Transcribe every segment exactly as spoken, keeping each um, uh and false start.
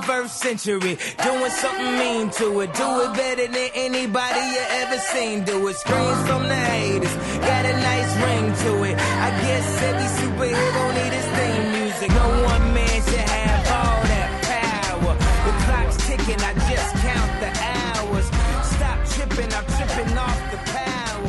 twenty-first century, doing something mean to it. Do it better than anybody you ever seen. Do it. Screams from the haters, got a nice ring to it. I guess every superhero need his theme music. No one man should have all that power. The clock's ticking, I just count the hours. Stop tripping, I'm tripping off the power.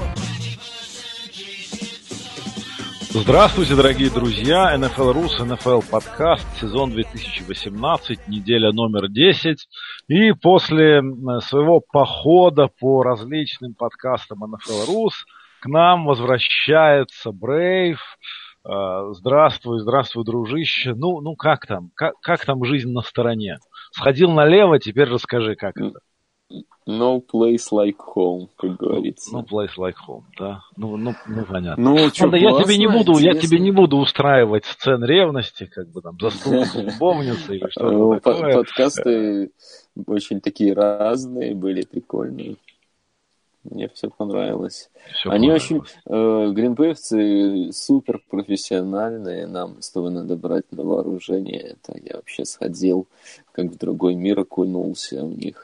Здравствуйте, дорогие друзья, эн эф эл Rus, эн эф эл подкаст, сезон две тысячи восемнадцать, неделя номер десять. И после своего похода по различным подкастам эн эф эл Rus к нам возвращается Брейв. Здравствуй, здравствуй, дружище. Ну, ну как там? Как, как там жизнь на стороне? Сходил налево, теперь расскажи, как это. No place like home, как говорится. No place like home, да. Ну, ну, ну понятно. Ну, что, Ладно, я тебе не буду, интересно. я тебе не буду устраивать сцен ревности, как бы там заступа с любовницей или что-то такое. Подкасты очень такие разные были, прикольные. Мне все понравилось. Всё Они понравилось. очень, э, гринбеевцы супер профессиональные, нам с тобой надо брать на вооружение. Это я вообще сходил, как в другой мир окунулся. У них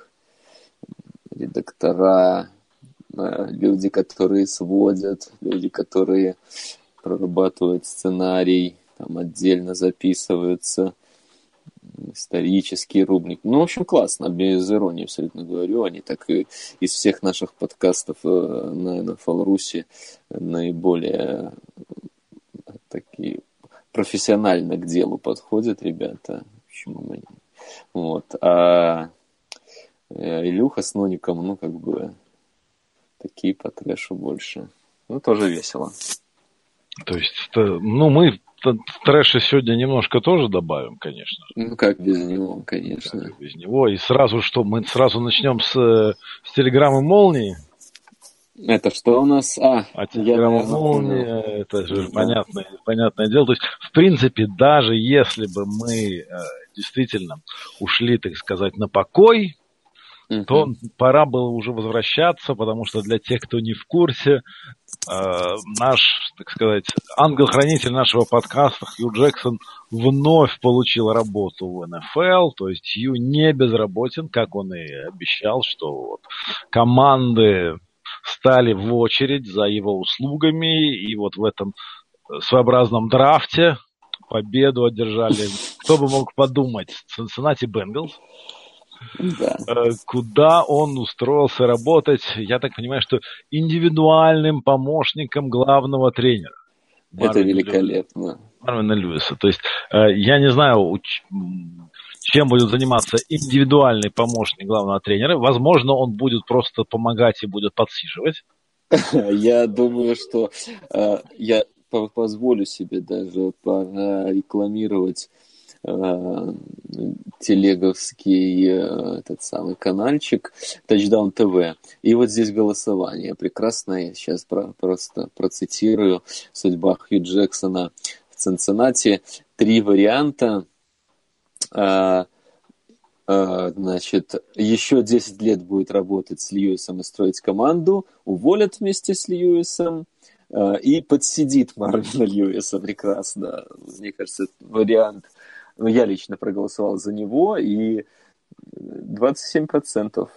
редактора, люди, которые сводят, люди, которые прорабатывают сценарий, там отдельно записываются, исторические рубрики. Ну, в общем, классно, без иронии абсолютно говорю. Они так и из всех наших подкастов на эн эф эл Rus наиболее такие профессионально к делу подходят ребята. Почему мы... Вот. А Илюха с Ноником, ну, как бы, такие по трэшу больше. Ну, тоже весело. То есть, ну, мы трэша сегодня немножко тоже добавим, конечно. Ну, как без него, конечно. Как без него. И сразу что, мы сразу начнем с, с телеграммы «Молнии». Это что у нас? А, а телеграмма «Молния», это же да. понятное, понятное дело. То есть, в принципе, даже если бы мы э, действительно ушли, так сказать, на покой, Uh-huh. то пора было уже возвращаться, потому что для тех, кто не в курсе, э, наш, так сказать, ангел-хранитель нашего подкаста Хью Джексон вновь получил работу в эн эф эл, то есть Хью не безработен, как он и обещал, что вот команды стали в очередь за его услугами, и вот в этом своеобразном драфте победу одержали, кто бы мог подумать, Cincinnati Bengals. Да. Куда он устроился работать, я так понимаю, что индивидуальным помощником главного тренера. Это Марвина великолепно. Марвина Льюиса. То есть я не знаю, чем будет заниматься индивидуальный помощник главного тренера. Возможно, он будет просто помогать и будет подсиживать. Я думаю, что я позволю себе даже порекламировать телеговский этот самый канальчик Touchdown ти ви. И вот здесь голосование. Прекрасно, я сейчас про- просто процитирую. Судьба Хью Джексона в Цинциннати. Три варианта. А, а, значит, еще десять лет будет работать с Льюисом и строить команду. Уволят вместе с Льюисом. И подсидит Марвина Льюиса. Прекрасно. Мне кажется, это вариант. Ну, я лично проголосовал за него, и двадцать семь процентов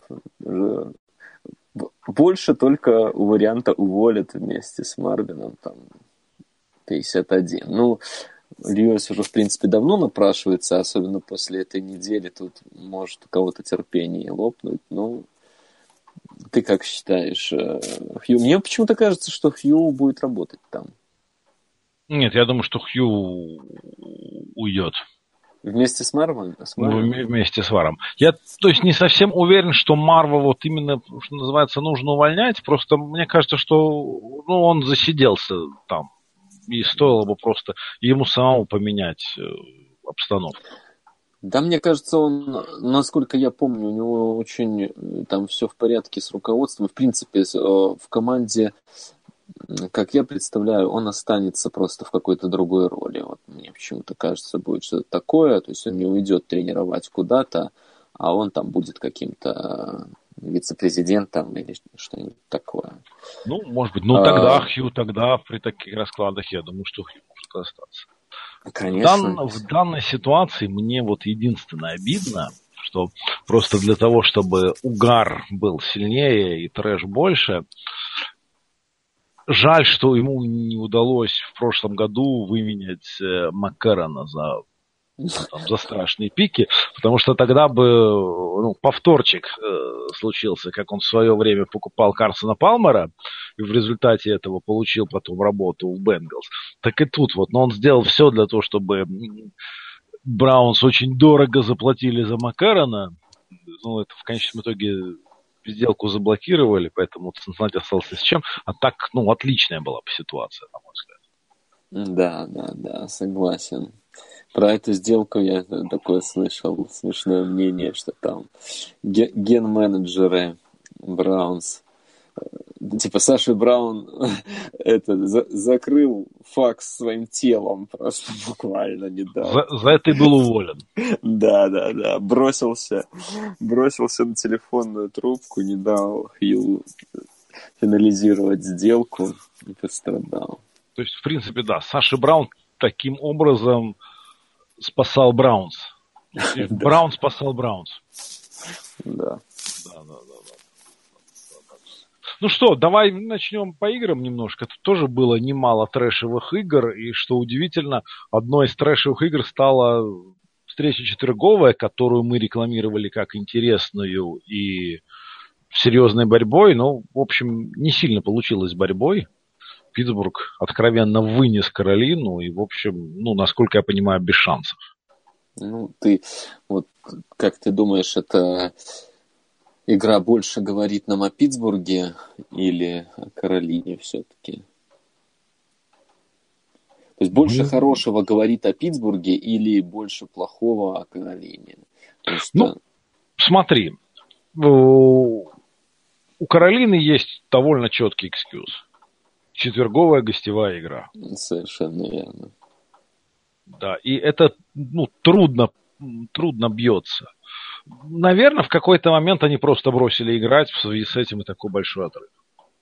больше только у варианта уволят вместе с Марвином, там пятьдесят один. Ну, Льюис уже, в принципе, давно напрашивается, особенно после этой недели, тут может у кого-то терпение лопнуть. Ну, ты как считаешь, Хью? Мне почему-то кажется, что Хью будет работать там. Нет, я думаю, что Хью уйдет. Вместе с Марвом? С Марвом? Вместе с Варом. Я, то есть, не совсем уверен, что Марва вот именно, что называется, нужно увольнять. Просто мне кажется, что ну, он засиделся там. И стоило бы просто ему самому поменять обстановку. Да, мне кажется, он, насколько я помню, у него очень там все в порядке с руководством. В принципе, в команде, как я представляю, он останется просто в какой-то другой роли. Вот мне почему-то кажется, будет что-то такое. То есть он не уйдет тренировать куда-то, а он там будет каким-то вице-президентом или что-нибудь такое. Ну, может быть. Ну, а... тогда Хью, тогда при таких раскладах, я думаю, что Хью может остаться. Конечно. В, дан... в данной ситуации мне вот единственное обидно что просто для того, чтобы угар был сильнее и трэш больше. Жаль, что ему не удалось в прошлом году выменять э, Маккарона за, там, за страшные пики, потому что тогда бы ну, повторчик э, случился, как он в свое время покупал Карсона Палмера, и в результате этого получил потом работу в Бенгалс. Так и тут вот, но он сделал все для того, чтобы Браунс очень дорого заплатили за Маккарона. Ну, это в конечном итоге сделку заблокировали, поэтому Цинциннати остался с чем. А так, ну, отличная была бы ситуация, на мой взгляд. Да, да, да, согласен. Про эту сделку я такое слышал, смешное мнение, что там ген-менеджеры Браунс, типа Саша Браун это, за, закрыл факс своим телом просто буквально недавно. За, за это и был уволен. Да, да, да. Бросился, бросился на телефонную трубку, не дал Хьюлу финализировать сделку и пострадал. То есть, в принципе, да, Саша Браун таким образом спасал Браунс. Браун спасал Браунс. Да. Да, да, да. Ну что, давай начнем по играм немножко. Тут тоже было немало трэшевых игр, и, что удивительно, одной из трэшевых игр стала встреча четверговая, которую мы рекламировали как интересную и серьезной борьбой, но, в общем, не сильно получилось борьбой. Питтсбург откровенно вынес Каролину, и, в общем, ну, насколько я понимаю, без шансов. Ну, ты, вот, как ты думаешь, это... Игра больше говорит нам о Питтсбурге или о Каролине все-таки? То есть больше mm-hmm. хорошего говорит о Питтсбурге или больше плохого о Каролине? Что... Ну, смотри, у Каролины есть довольно четкий экскьюз. Четверговая гостевая игра. Совершенно верно. Да, и это ну, трудно, трудно бьется. Наверное, в какой-то момент они просто бросили играть в связи с этим и такой большой отрыв.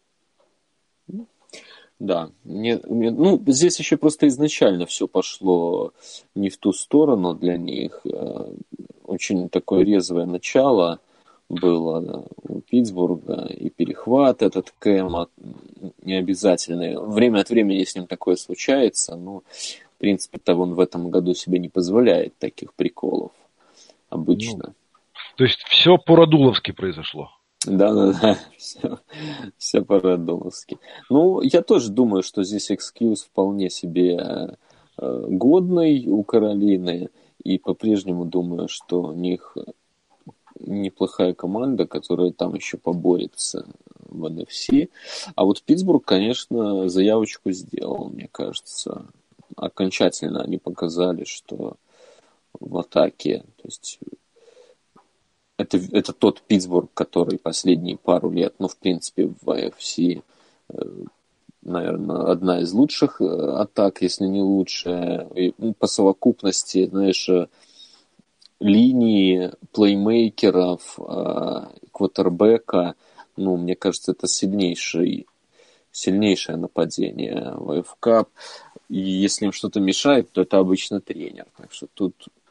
Да, мне, мне, ну, здесь еще просто изначально все пошло не в ту сторону для них. Очень такое резвое начало было у Питтсбурга, и перехват этот Кэма необязательный. Время от времени с ним такое случается, но, в принципе-то, он в этом году себе не позволяет таких приколов обычно. Ну. То есть все по-радуловски произошло. Да-да-да, все, все по-радуловски. Ну, я тоже думаю, что здесь экскьюз вполне себе э, годный у Каролины. И по-прежнему думаю, что у них неплохая команда, которая там еще поборется в эн эф си. А вот Питтсбург, конечно, заявочку сделал, мне кажется. Окончательно они показали, что в атаке... То есть... Это, это тот Питтсбург, который последние пару лет, ну, в принципе, в эй эф си, наверное, одна из лучших атак, если не лучшая. И, ну, по совокупности, знаешь, линии плеймейкеров, квотербека, ну, мне кажется, это сильнейший, сильнейшее нападение в эй эф кап. И если им что-то мешает, то это обычно тренер. Так что тут...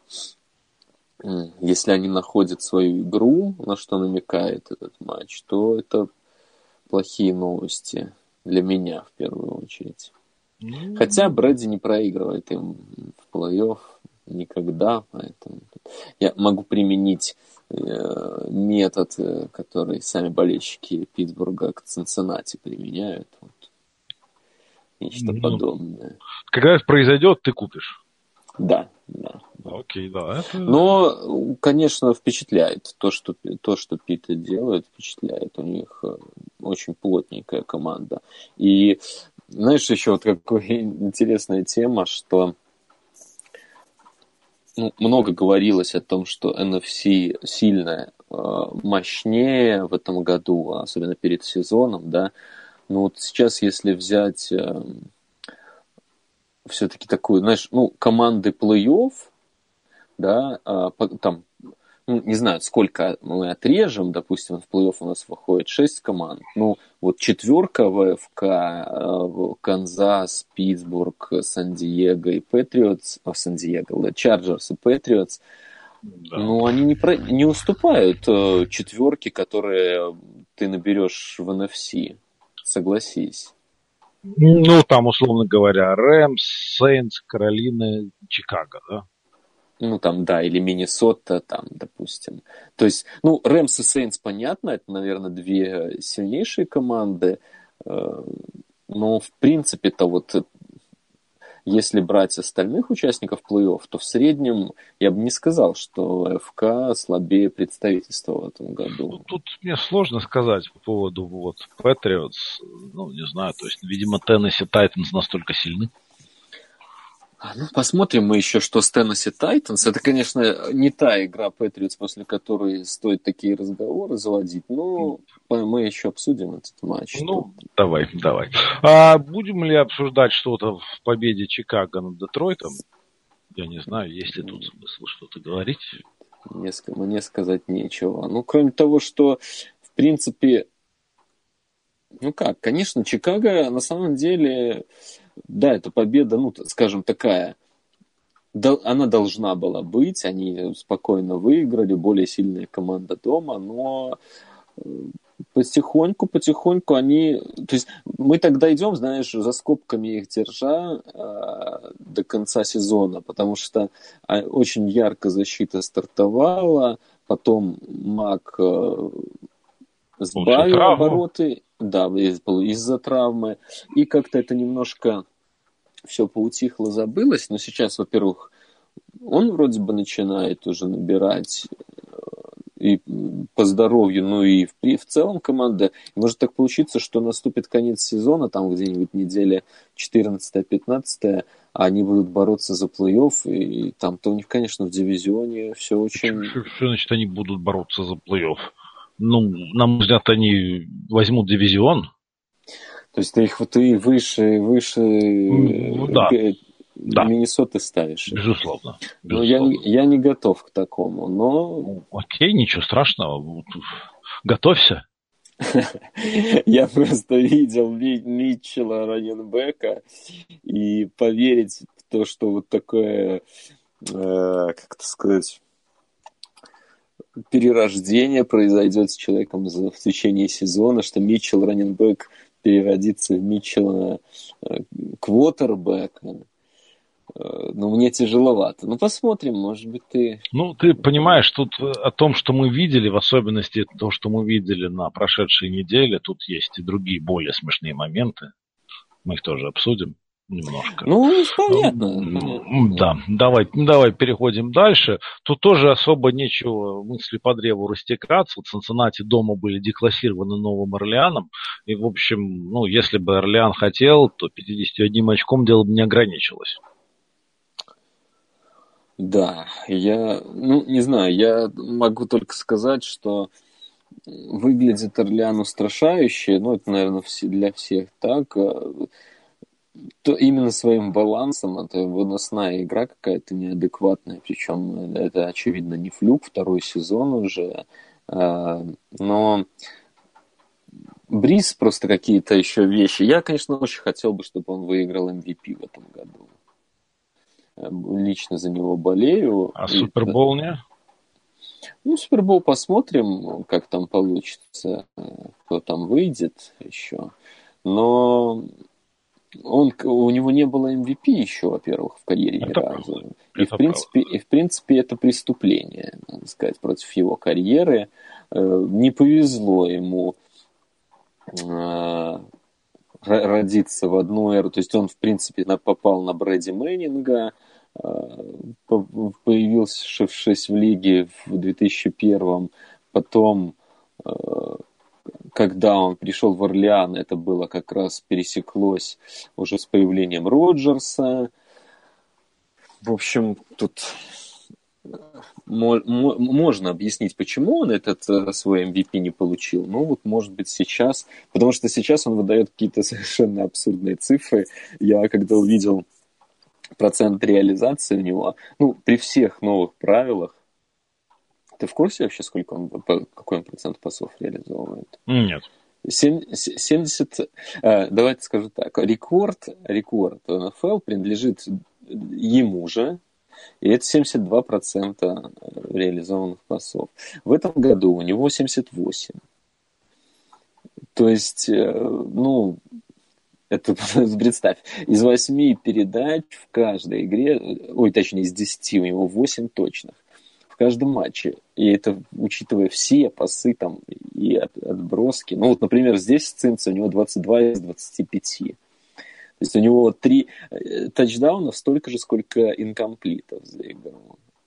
Если они находят свою игру, на что намекает этот матч, то это плохие новости для меня в первую очередь. Mm-hmm. Хотя Брэди не проигрывает им в плей-офф никогда, поэтому я могу применить э, метод, который сами болельщики Питтсбурга к Цинциннати применяют. Вот. Нечто mm-hmm. подобное. Когда это произойдет, ты купишь. Да, да. Окей, да. Это... Но, конечно, впечатляет. То, что, то, что Питты делает, впечатляет. У них очень плотненькая команда. И, знаешь, еще вот какая интересная тема, что ну, много говорилось о том, что эн эф си сильно мощнее в этом году, особенно перед сезоном, да. Но вот сейчас, если взять... все-таки такую, знаешь, ну, команды плей-офф, да, а, там, ну, не знаю, сколько мы отрежем, допустим, в плей-офф у нас выходит шесть команд, ну, вот четверка вэ эф ка, Канзас, Питтсбург, Сан-Диего и Патриотс, о, Сан-Диего, да, Чарджерс и Патриотс, Да. Ну, они не, про... не уступают э, четверке, которые ты наберешь в эн эф си. Согласись. Ну, там, условно говоря, Рэмс, Сейнтс, Каролина, Чикаго, да? Ну, там, да, или Миннесота, там, допустим. То есть, ну, Рэмс и Сейнтс, понятно, это, наверное, две сильнейшие команды. Э, но, в принципе-то, вот если брать остальных участников плей-офф, то в среднем я бы не сказал, что ФК слабее представительства в этом году. Ну, тут мне сложно сказать по поводу вот Патриотс. Ну, не знаю, то есть, видимо, Теннесси Тайтанс настолько сильны. Ну, посмотрим мы еще, что с Теннесси Тайтанс. Это, конечно, не та игра Патриотс, после которой стоит такие разговоры заводить, но мы еще обсудим этот матч. Ну, давай, давай. А будем ли обсуждать что-то в победе Чикаго над Детройтом? Я не знаю, есть ли тут смысл что-то говорить. Мне, мне сказать нечего. Ну, кроме того, что, в принципе, ну как, конечно, Чикаго на самом деле... Да, это победа, ну, скажем, такая, она должна была быть, они спокойно выиграли, более сильная команда дома, но потихоньку, потихоньку они, то есть мы тогда идем, знаешь, за скобками их держа э, до конца сезона, потому что очень ярко защита стартовала, потом Мак э, сбавил обороты, да, из-за травмы, и как-то это немножко все поутихло, забылось, но сейчас, во-первых, он вроде бы начинает уже набирать и по здоровью, ну и в, и в целом команда. И может так получиться, что наступит конец сезона, там где-нибудь неделя четырнадцатая-пятнадцатая, а они будут бороться за плей-офф, и там-то у них, конечно, в дивизионе все очень... Что, что значит они будут бороться за плей-офф? Ну, на мой взгляд, они возьмут дивизион. То есть ты их вот и выше, выше ну, да. Да. Миннесоты ставишь. Безусловно. Ну, я, я не готов к такому, но... Окей, ничего страшного. Готовься. Я просто видел Митчелла, раненбека, и поверить в то, что вот такое, как это сказать, перерождение произойдет с человеком в течение сезона, что Митчелл, раненбек, переродится в Митчелла квотербека. Ну, мне тяжеловато. Ну, посмотрим, может быть, ты... Ну, ты понимаешь, тут о том, что мы видели, в особенности то, что мы видели на прошедшей неделе, тут есть и другие более смешные моменты. Мы их тоже обсудим немножко. Ну, понятно. понятно. Да, давай, давай переходим дальше. Тут тоже особо нечего мысли по древу растекаться. Вот Цинциннати дома были деклассированы Новым Орлеаном. И, в общем, ну, если бы Орлеан хотел, то пятьдесят одним очком дело бы не ограничилось. Да, я, ну, не знаю, я могу только сказать, что выглядит Орлеан устрашающе, ну, это, наверное, для всех так, то именно своим балансом, это выносная игра какая-то неадекватная, причем это, очевидно, не флюк, второй сезон уже, но Бриз просто какие-то еще вещи. Я, конечно, очень хотел бы, чтобы он выиграл эм ви пи в этом году. Лично за него болею. А Супербол не? Ну, Супербол посмотрим, как там получится, кто там выйдет еще. Но он, у него не было эм ви пи еще, во-первых, в карьере ни разу. И в, принципе, и, в принципе, это преступление, надо сказать, против его карьеры. Не повезло ему родиться в одну эру. То есть он, в принципе, попал на Брэди Мэннинга, появившись в лиге в две тысячи первом. Потом, когда он пришел в Орлеан, это было как раз пересеклось уже с появлением Роджерса. В общем, тут можно объяснить, почему он этот свой эм ви пи не получил. Ну, вот, может быть, сейчас... Потому что сейчас он выдает какие-то совершенно абсурдные цифры. Я, когда увидел процент реализации у него, ну, при всех новых правилах, ты в курсе вообще, сколько он, какой он процент пасов реализовывает? Нет. семьдесят... Давайте скажу так. Рекорд, рекорд эн эф эл принадлежит ему же. И это семьдесят два процента реализованных пасов. В этом году у него семьдесят восемь процентов. То есть, ну, это, представь, из восьми передач в каждой игре, ой, точнее, из десяти у него восемь точных в каждом матче. И это, учитывая все пасы там и от, отброски. Ну, вот, например, здесь Цинца, у него двадцать два из двадцати пяти. То есть у него три тачдауна столько же, сколько инкомплитов за игру.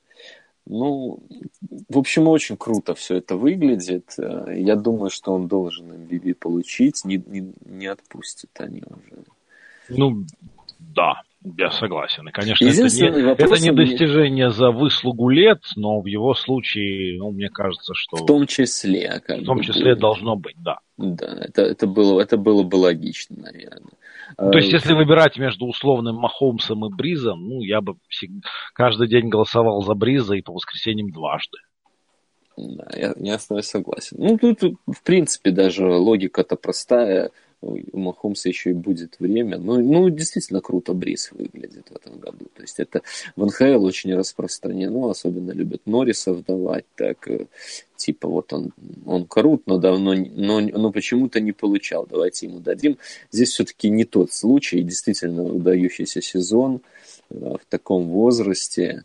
Ну, в общем, очень круто все это выглядит. Я думаю, что он должен эм ви пи получить. Не, не, не отпустят они уже. Ну, да, я согласен. И, конечно, это не, это не достижение мне... за выслугу лет, но в его случае, ну, мне кажется, что... В том числе. Как в том числе будет. Должно быть, да. Да, это, это, было, это было бы логично, наверное. То есть, если выбирать между условным Махомсом и Бризом, ну, я бы всегда, каждый день голосовал за Бриза и по воскресеньям дважды. Да, я, я с тобой согласен. Ну, тут, в принципе, даже логика-то простая. У Махомса еще и будет время. Ну, ну, действительно круто Бриз выглядит в этом году. То есть, это в эн ха эл очень распространено. Особенно любят Норрисов давать. Так, типа, вот он, он крут, но давно, но, но почему-то не получал. Давайте ему дадим. Здесь все-таки не тот случай. Действительно, выдающийся сезон в таком возрасте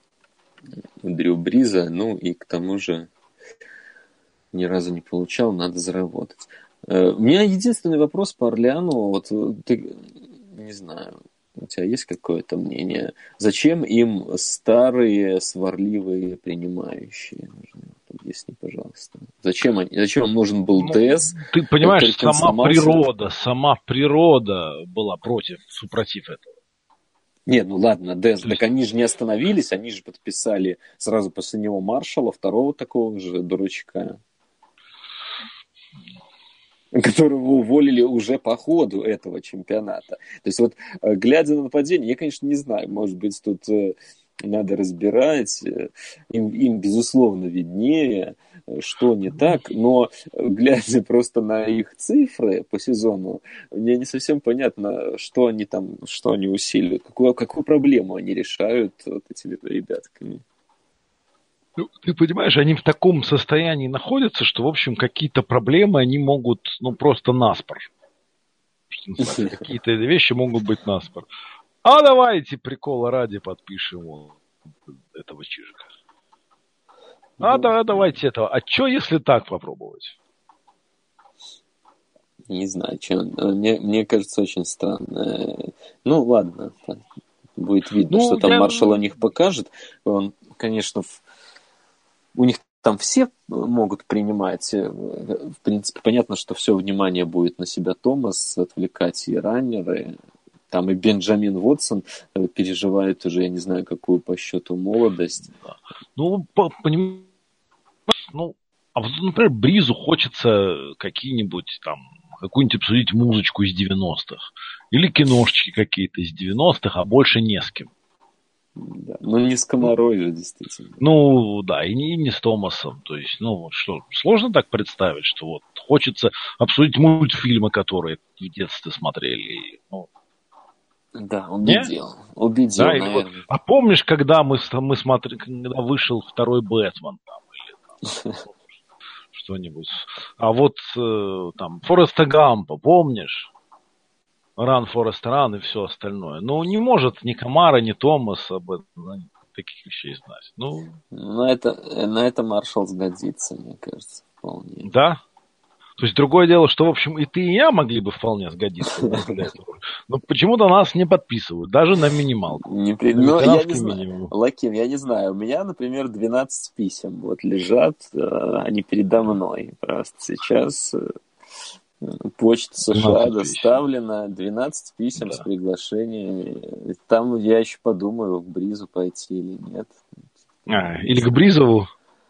у Дрю Бриза. Ну, и к тому же ни разу не получал. Надо заработать. У меня единственный вопрос по Орлеану. Вот ты, не знаю, у тебя есть какое-то мнение? Зачем им старые, сварливые принимающие? Объясни, пожалуйста. Зачем, они, зачем им нужен был ну, ДС? Ты понимаешь, сама природа, сама природа была против, супротив этого. Нет, ну ладно, ДС, так они же не остановились, они же подписали сразу после него Маршалла, второго такого же дурачка, которого уволили уже по ходу этого чемпионата. То есть вот, глядя на нападение, я, конечно, не знаю, может быть, тут надо разбирать, им, им безусловно, виднее, что не так, но глядя просто на их цифры по сезону, мне не совсем понятно, что они там, что они усиливают, какую, какую проблему они решают вот этими ребятками. Ну, ты понимаешь, они в таком состоянии находятся, что, в общем, какие-то проблемы они могут, ну, просто наспор. Какие-то вещи могут быть наспор. А давайте, прикола ради, подпишем вот этого чижика. А да, давайте этого. А что, если так попробовать? Не знаю, что. Мне, мне кажется, очень странно. Ну, ладно. Будет видно, ну, что там я... Маршалл о них покажет. Он, конечно, в... у них там все могут принимать. В принципе, понятно, что все внимание будет на себя Томас отвлекать и раннеры. Там и Бенджамин Вотсон переживает уже, я не знаю, какую по счету молодость. Ну, понимаешь, ну, а вот, например, Бризу хочется какие-нибудь там, какую-нибудь обсудить музычку из девяностых. Или киношечки какие-то из девяностых, а больше не с кем. Да. Ну, не с Комарой же, действительно. Ну, да, и не, и не с Томасом. То есть, ну, вот что, сложно так представить, что вот хочется обсудить мультфильмы, которые в детстве смотрели. Ну, да, убедил. Не? Убедил, да, наверное. Вот, а помнишь, когда мы, мы смотрели, когда вышел второй Бэтмен там, или там, что-нибудь. А вот э, там Фореста Гампа, помнишь? Ран, Форест, Ран и все остальное. Ну, не может ни Камара, ни Томас об этом, таких вещей знать. Ну, на это, на это Маршалл сгодится, мне кажется, вполне. Да? То есть, другое дело, что, в общем, и ты, и я могли бы вполне сгодиться для этого. Но почему-то нас не подписывают, даже на минималку. Не при... Ну, я не знаю. Лаким, я не знаю. У меня, например, двенадцать писем вот лежат, они передо мной. Просто сейчас почта США доставлена, двенадцать писем, да, с приглашениями. Там я еще подумаю, к Бризу пойти или нет. А, или к Бризову.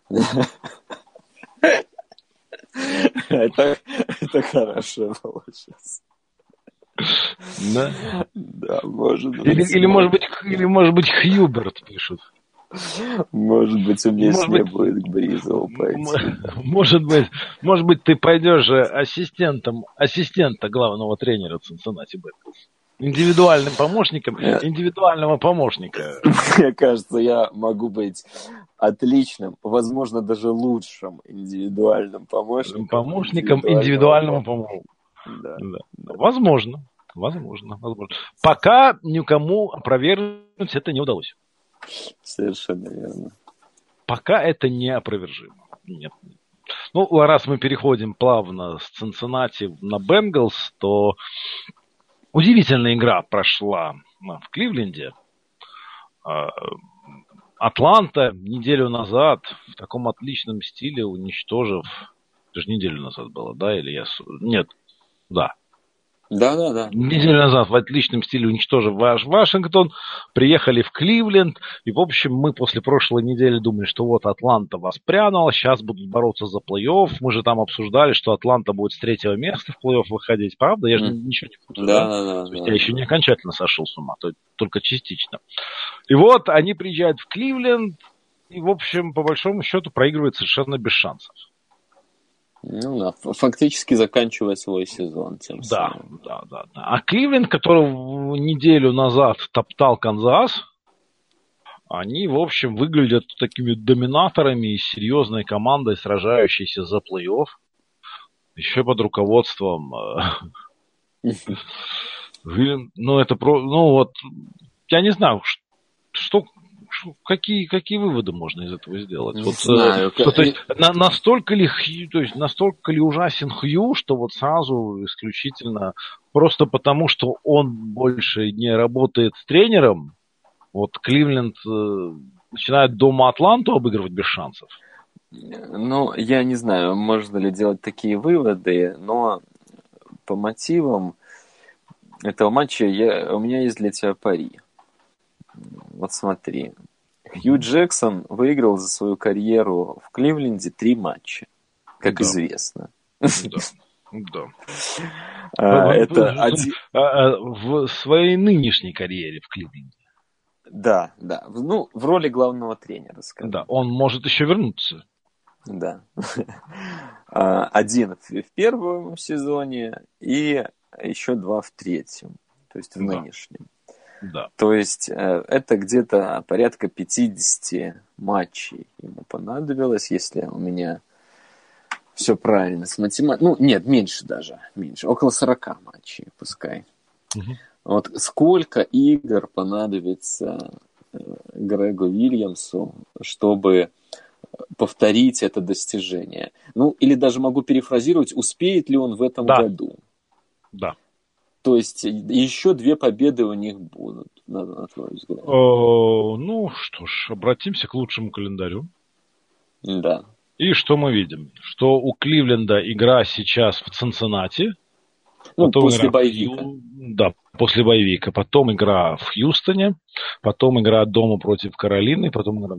Это, это хорошо было сейчас. Да? Да, может быть. Или, или, может быть, или, может быть, Хьюберт пишут. Может быть, уместнее быть, будет к Бризову пойти. Может быть, может быть, ты пойдешь ассистентом, ассистента главного тренера Cincinnati Bengals. Индивидуальным помощником индивидуального помощника. Мне кажется, я могу быть отличным, возможно, даже лучшим индивидуальным помощником. Помощником индивидуального помощника. Да. Да. Возможно. Возможно, возможно. Пока никому опровергнуть это не удалось. Совершенно верно. Пока это неопровержимо. Нет. Ну, раз мы переходим плавно с Цинциннати на Бенгалс, то удивительная игра прошла в Кливленде. Атланта неделю назад в таком отличном стиле уничтожив... Это же неделю назад было, да? Или я... Нет, да. Да, да, да. Неделю назад в отличном стиле уничтожив ваш Вашингтон, приехали в Кливленд, и, в общем, мы после прошлой недели думали, что вот Атланта воспрянула, сейчас будут бороться за плей-офф. Мы же там обсуждали, что Атланта будет с третьего места в плей-офф выходить, правда? Я же mm. ничего не путаю. Да, да, да. То есть да, я да. еще не окончательно сошел с ума, только частично. И вот они приезжают в Кливленд, и, в общем, по большому счету проигрывают совершенно без шансов. Ну да, фактически заканчивая свой сезон тем да, самым. Да, да, да. А Кливленд, который неделю назад топтал Канзас, они, в общем, выглядят такими доминаторами и серьезной командой, сражающейся за плей-офф. Еще под руководством... Ну, это про... Ну, вот... Я не знаю, что... Какие, какие выводы можно из этого сделать? Не вот, знаю. Что, то есть, на, настолько ли Хью, то есть, настолько ли ужасен Хью, что вот сразу исключительно просто потому, что он больше не работает с тренером, вот Кливленд э, начинает дома Атланту обыгрывать без шансов? Ну, я не знаю, можно ли делать такие выводы, но по мотивам этого матча я, у меня есть для тебя пари. Вот смотри. Хью Джексон выиграл за свою карьеру в Кливленде три матча, как да. известно. Да. Да. А, это один... В своей нынешней карьере в Кливленде. Да, да. Ну, в роли главного тренера, скажем. Да, он может еще вернуться. Да. Один в первом сезоне и еще два в третьем. То есть в да. нынешнем. Да. То есть это где-то порядка пятьдесят матчей ему понадобилось, если у меня все правильно с математикой. Ну, нет, меньше даже, меньше. Около сорок матчей, пускай. Угу. Вот сколько игр понадобится Грегу Уильямсу, чтобы повторить это достижение? Ну, или даже могу перефразировать, успеет ли он в этом да. году? Да. То есть еще две победы у них будут, на, на твой взгляд. О, ну что ж, обратимся к лучшему календарю. Да. И что мы видим? Что у Кливленда игра сейчас в Цинциннати. Ну, после боевика. Хью... Да, после боевика. Потом игра в Хьюстоне. Потом игра дома против Каролины. Потом игра...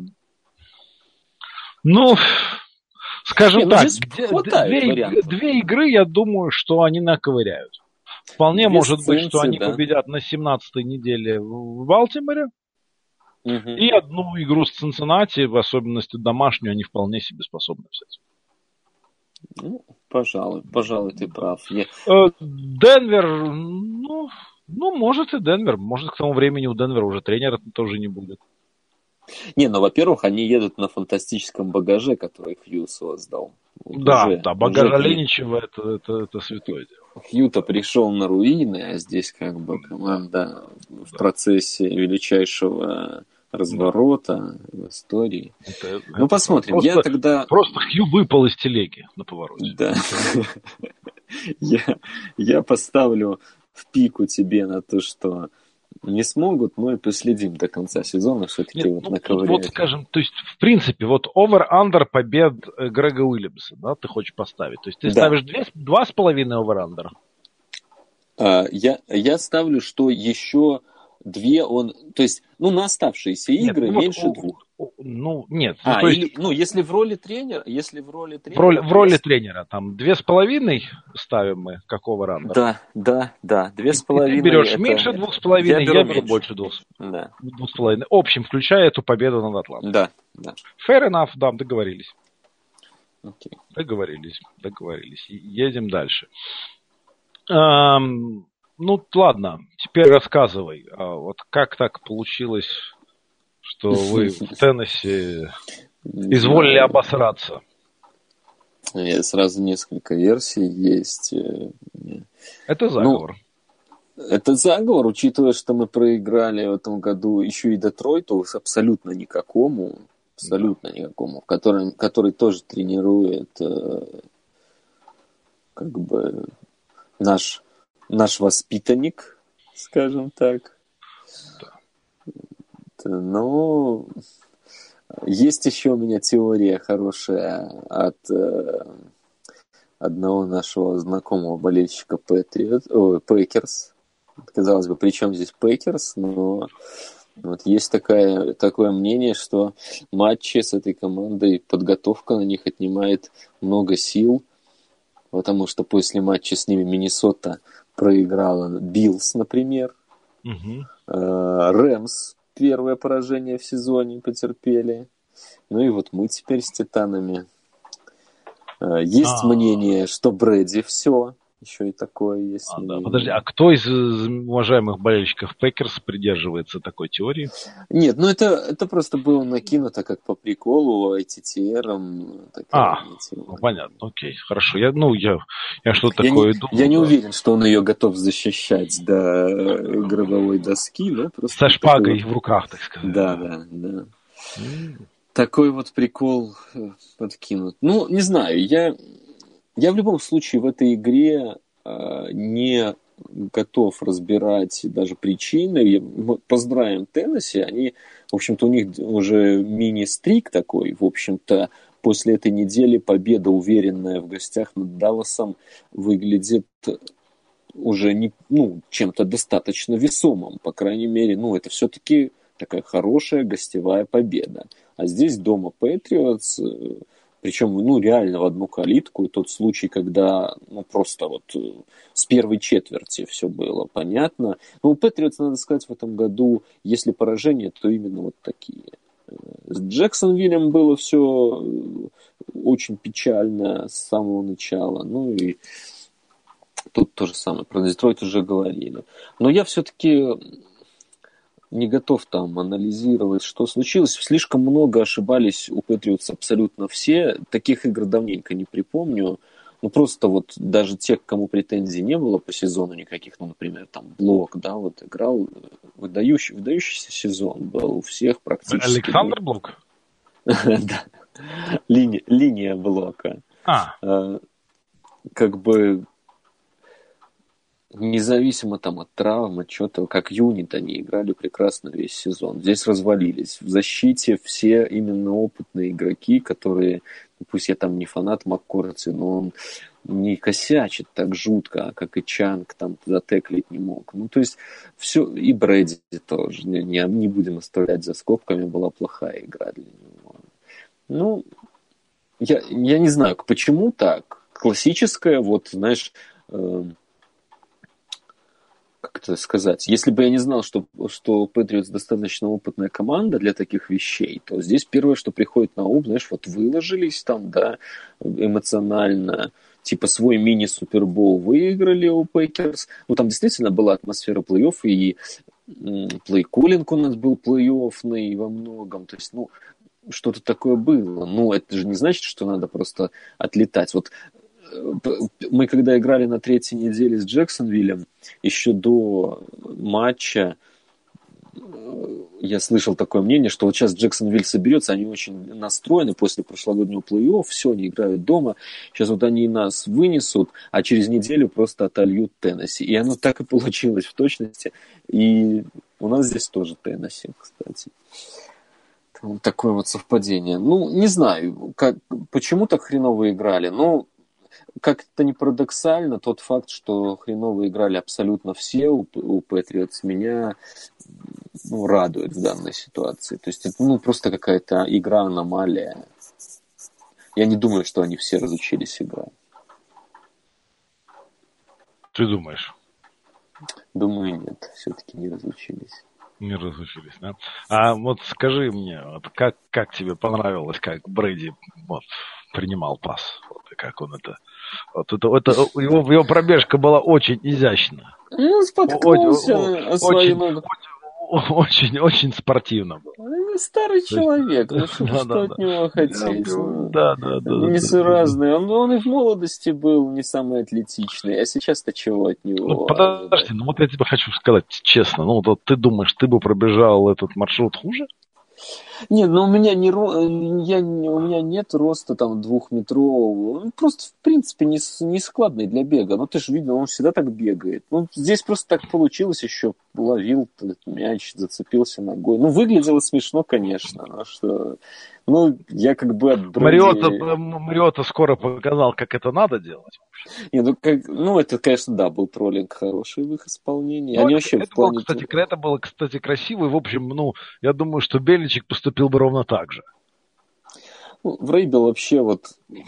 Ну, скажем Нет, так, ну, две, две игры, я думаю, что они наковыряют. Вполне Две может сценцы, быть, что они да. победят на семнадцатой неделе в Балтиморе. Угу. И одну игру с Цинциннати, в особенности домашнюю, они вполне себе способны взять. Ну, пожалуй, пожалуй, ты прав. Я... Денвер, ну, ну, может и Денвер. Может, к тому времени у Денвера уже тренера тоже не будет. Не, ну, во-первых, они едут на фантастическом багаже, который Хью создал. Да, уже, да, багаж уже Оленичева это, это, это святое дело. Хью-то пришел на руины, а здесь как бы команда в да. процессе величайшего разворота да. в истории. Это, ну, это посмотрим. Просто, я тогда... просто Хью выпал из телеги на повороте. Да. я, я поставлю в пику тебе на то, что не смогут, но и последим до конца сезона, все-таки Нет, вот ну, наковыряют. Вот, скажем, то есть, в принципе, вот over-under побед Грега Уильямса, да, ты хочешь поставить? То есть, ты да. ставишь две, два с половиной over-under? А, я, я ставлю, что еще две он... То есть, ну, на оставшиеся игры нет, меньше вот, двух. Ну, нет. А, ну, то есть, или, ну, если в роли тренера, если в роли тренера... В роли, в роли тренера, там, две с половиной ставим мы, какого ранда? Да, да, да, две с половиной. Ты берешь это... меньше двух с половиной, я беру, я беру больше двух, да. двух с половиной. Общем, включая эту победу над Атлантой. Да, да. Fair enough, да, договорились. Okay. Договорились, договорились. Едем дальше. Эм, Ну, ладно, теперь рассказывай. А вот как так получилось, что вы в Теннесси изволили обосраться? Сразу несколько версий есть. Это заговор. Ну, это заговор, учитывая, что мы проиграли в этом году еще и Детройту абсолютно никакому, абсолютно никакому, который, который тоже тренирует как бы наш, наш воспитанник, скажем так. Да. Но есть еще у меня теория хорошая от э, одного нашего знакомого болельщика Патриот, ой, Пейкерс. Казалось бы, при чем здесь Пейкерс, но вот есть такая, такое мнение, что матчи с этой командой, подготовка на них отнимает много сил, потому что после матча с ними Миннесота проиграла Биллс, например. Угу. Рэмс первое поражение в сезоне потерпели. Ну и вот мы теперь с Титанами. Есть А-а-а. мнение, что Брэди все. Еще и такое есть. А, да. Подожди, а кто из уважаемых болельщиков Пекерс придерживается такой теории? Нет, ну это, это просто было накинуто как по приколу ай ти ти эр. А, ну, понятно, окей, хорошо. Я, ну, я, я что-то я такое не, думал. Я не уверен, что он ее готов защищать до гробовой доски. Но просто со шпагой такой... в руках, так сказать. Да, да, да. Mm. Такой вот прикол подкинут. Ну, не знаю, я... Я в любом случае в этой игре э, не готов разбирать даже причины. Мы поздравим Теннесси, они, в общем-то, у них уже мини-стрик такой, в общем-то, после этой недели победа уверенная в гостях над Далласом выглядит уже не, ну, чем-то достаточно весомым, по крайней мере, ну, это все-таки такая хорошая гостевая победа. А здесь дома Патриотс... Причем, ну, реально в одну калитку. И тот случай, когда, ну, просто вот с первой четверти все было понятно. Но у Патриотс, надо сказать, в этом году, если поражения, то именно вот такие. С Джексонвиллем было все очень печально с самого начала. Ну, и тут то же самое. Про Детройт уже говорили. Но я все-таки... не готов там анализировать, что случилось. Слишком много ошибались у Патриотс абсолютно все. Таких игр давненько не припомню. Ну, просто вот даже тех, кому претензий не было по сезону никаких, ну, например, там Блок, да, вот играл, выдающий, выдающийся сезон был у всех практически. Александр Блок? Да. Линия Блока. А. Как бы независимо там от травм, от чего-то, как юнит, они играли прекрасно весь сезон. Здесь развалились. В защите все именно опытные игроки, которые, пусть я там не фанат Маккорти, но он не косячит так жутко, как и Чанг там затеклить не мог. Ну, то есть, все, и Брэди тоже. Не, не, не будем оставлять за скобками, была плохая игра для него. Ну, я, я не знаю, почему так. Классическая, вот, знаешь, э, как это сказать, если бы я не знал, что, что Патриотс достаточно опытная команда для таких вещей, то здесь первое, что приходит на ум, знаешь, вот выложились там, да, эмоционально, типа свой мини-супербол выиграли у Пейкерс. Ну, там действительно была атмосфера плей-офф, и плей-коллинг у нас был плей-оффный во многом, то есть, ну, что-то такое было. Ну, это же не значит, что надо просто отлетать. Вот мы когда играли на третьей неделе с Джексонвиллем, еще до матча я слышал такое мнение, что вот сейчас Джексонвилл соберется, они очень настроены после прошлогоднего плей-офф, все, они играют дома, сейчас вот они нас вынесут, а через неделю просто отольют Теннесси. И оно так и получилось в точности. И у нас здесь тоже Теннесси, кстати. Вот такое вот совпадение. Ну, не знаю, как, почему так хреново играли. Ну, как-то не парадоксально тот факт, что хреново играли абсолютно все у, у Патриотс, меня ну, радует в данной ситуации. То есть это ну, просто какая-то игра-аномалия. Я не думаю, что они все разучились играть. Ты думаешь? Думаю, нет. Все-таки не разучились. Не разучились, да? А вот скажи мне, вот как, как тебе понравилось, как Брэди вот, принимал пас? Вот, и как он это... Вот это, это его, его пробежка была очень изящна. Ну, споткнулся о, о свою ногу. Очень, очень спортивно было. Ну, старый человек, ну что, да, что да, от да. него хотеть? Ну, да, да, да. Несуразный. Он, он и в молодости был не самый атлетичный, а сейчас-то чего от него? Ну, подожди, ну вот я тебе хочу сказать честно, ну вот ты думаешь, ты бы пробежал этот маршрут хуже? Нет, ну у меня не я, у меня нет роста там двухметрового. Он просто, в принципе, не, не складный для бега. Ну, ты же видел, он всегда так бегает. Ну, здесь просто так получилось еще. Ловил этот мяч, зацепился ногой. Ну, выглядело смешно, конечно. Но что... Ну, я как бы от Брэди... Мариотта, Мариотта скоро показал, как это надо делать. Не, ну, как... ну, это, конечно, да, был троллинг хороший в их исполнении. Ну, Они это, вообще это, в плане... было, кстати, это было, кстати, красиво. И, в общем, ну, я думаю, что Беличик поступил бы ровно так же. Ну, Врейбел вообще вот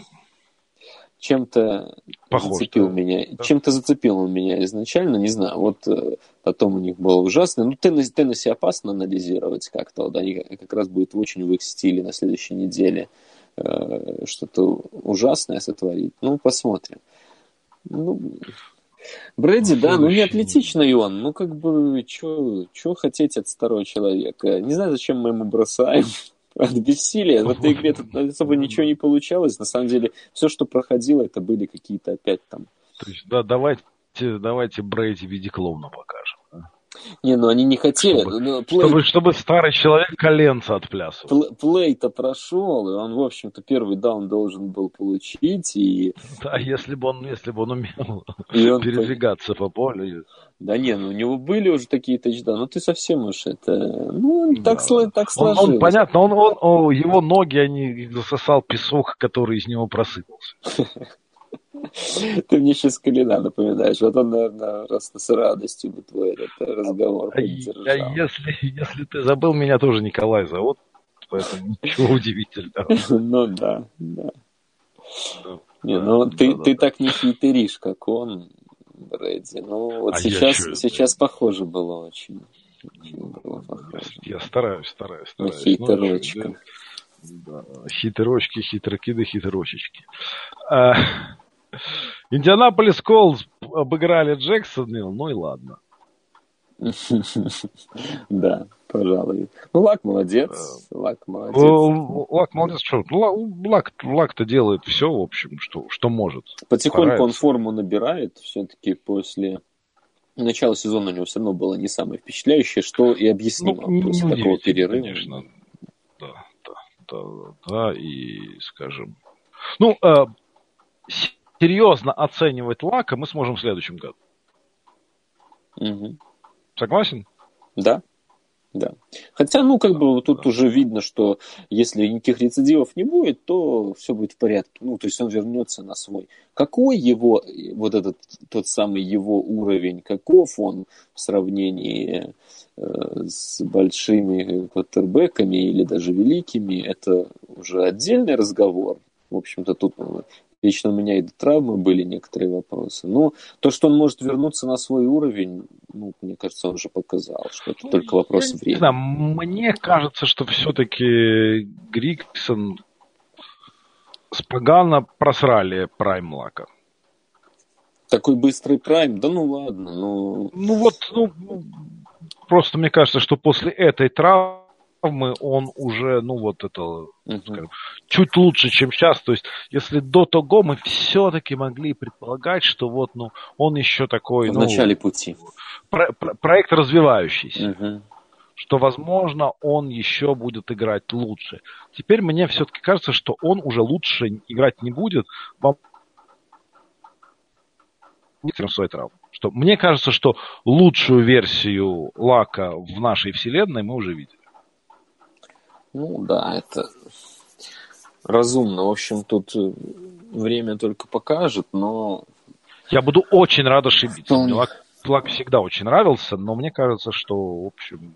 чем-то Похож, зацепил да. меня. Да. Чем-то зацепил он меня изначально, не знаю. Вот потом у них было ужасно. Ну, Теннесси, Теннесси опасно анализировать как-то. Вот они как раз будет очень в их стиле на следующей неделе э, что-то ужасное сотворить. Ну, посмотрим. Ну, Брэди, да, ну не атлетичный он. Ну, как бы, что хотеть от старого человека? Не знаю, зачем мы ему бросаем. От бессилия. В этой игре тут особо ничего не получалось. На самом деле, все, что проходило, это были какие-то опять там... То есть, да, давайте, давайте Брэди в виде клоуна покажем. Да? Не, ну они не хотели. Чтобы, ну, плей... чтобы, чтобы старый человек коленца отплясывал. Плей-то прошел, и он, в общем-то, первый даун должен был получить. И... Да, если бы он, если бы он умел он... передвигаться по полю. Да не, ну у него были уже такие тачдауны, но ты совсем уж это... Ну, так, да. сло... так сложилось. Он, он, понятно, он, он, он, его ноги, они засосал песок, который из него просыпался. Ты мне сейчас Калина напоминаешь. Вот он, наверное, раз с радостью бы твой этот разговор поддержал. А если, если ты забыл, меня тоже Николай зовут, поэтому ничего удивительного. Ну да, да. Не, ну ты так не хитришь, как он, Брэди. Ну вот сейчас сейчас похоже было очень. Я стараюсь, стараюсь, стараюсь. Хитрочка. Хитрочки, хитрокиды, хитрочечки. Индианаполис Колс обыграли Джексонвилл, ну и ладно. Да, пожалуй. Ну, Лак молодец. Лак молодец. Лак молодец, что? Лак, Лак-то делает все, в общем, что, что может. Потихоньку Старается. Он форму набирает, все-таки после начала сезона у него все равно было не самое впечатляющее, что и объяснимо ну, после не такого перерыва. Конечно. Да, да, да, да, и скажем. Ну, э, серьезно оценивать Лака мы сможем в следующем году. Угу. Согласен? Да, да. Хотя, ну, как бы тут да. уже видно, что если никаких рецидивов не будет, то все будет в порядке. Ну, то есть он вернется на свой. Какой его, вот этот, тот самый его уровень, каков он в сравнении э, с большими квотербеками или даже великими, это уже отдельный разговор. В общем-то, тут лично у меня и до травмы были некоторые вопросы. Но то, что он может вернуться на свой уровень, ну, мне кажется, он уже показал, что это только вопрос времени. Да, мне кажется, что все-таки Гриксон с Пагано просрали прайм Лака. Такой быстрый прайм? Да ну ладно. Ну, ну вот, ну, просто мне кажется, что после этой травмы он уже, ну вот это, uh-huh. скажем, чуть лучше, чем сейчас. То есть, если до того мы все-таки могли предполагать, что вот, ну, он еще такой, в ну, начале пути. Про- про- проект развивающийся. Uh-huh. Что, возможно, он еще будет играть лучше. Теперь мне все-таки кажется, что он уже лучше играть не будет. Вам своей травмы. Что мне кажется, что лучшую версию Лака в нашей вселенной мы уже видели. Ну да, это разумно. В общем, тут время только покажет, но... Я буду очень рад ошибиться. Мне Лак, Лак всегда очень нравился, но мне кажется, что, в общем,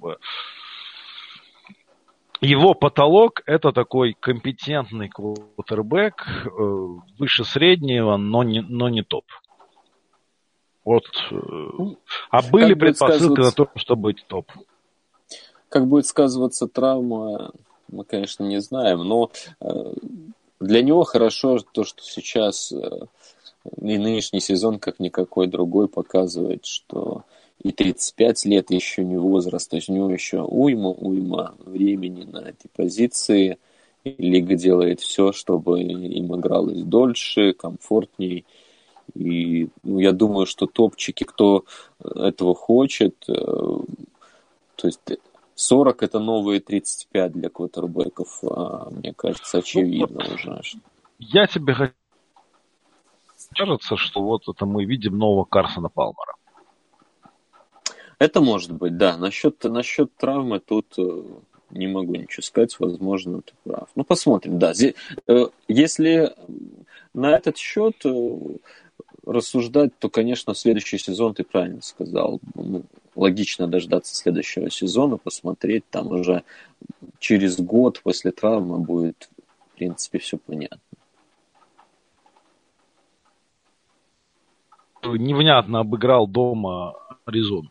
его потолок — это такой компетентный квотербек, выше среднего, но не, но не топ. Вот. А были предпосылки на то, чтобы быть топ. Как будет сказываться травма, мы, конечно, не знаем, но для него хорошо то, что сейчас И нынешний сезон, как никакой другой, показывает, что и тридцать пять лет еще не возраст, то есть у него еще уйма, уйма времени на эти позиции. И лига делает все, чтобы им игралось дольше, комфортней. И ну, я думаю, что топчики, кто этого хочет, э, то есть сорок это новые тридцать пять для квотербеков, а, мне кажется, очевидно ну, уже. Я тебе хочу... Кажется, что вот это мы видим нового Карсона Палмера. Это может быть, да. Насчет, насчет травмы тут не могу ничего сказать. Возможно, ты прав. Ну, посмотрим, да. Здесь, если на этот счет рассуждать, то, конечно, следующий сезон, ты правильно сказал. Ну, логично дождаться следующего сезона, посмотреть. Там уже через год после травмы будет, в принципе, все понятно. Невнятно обыграл дома Аризону.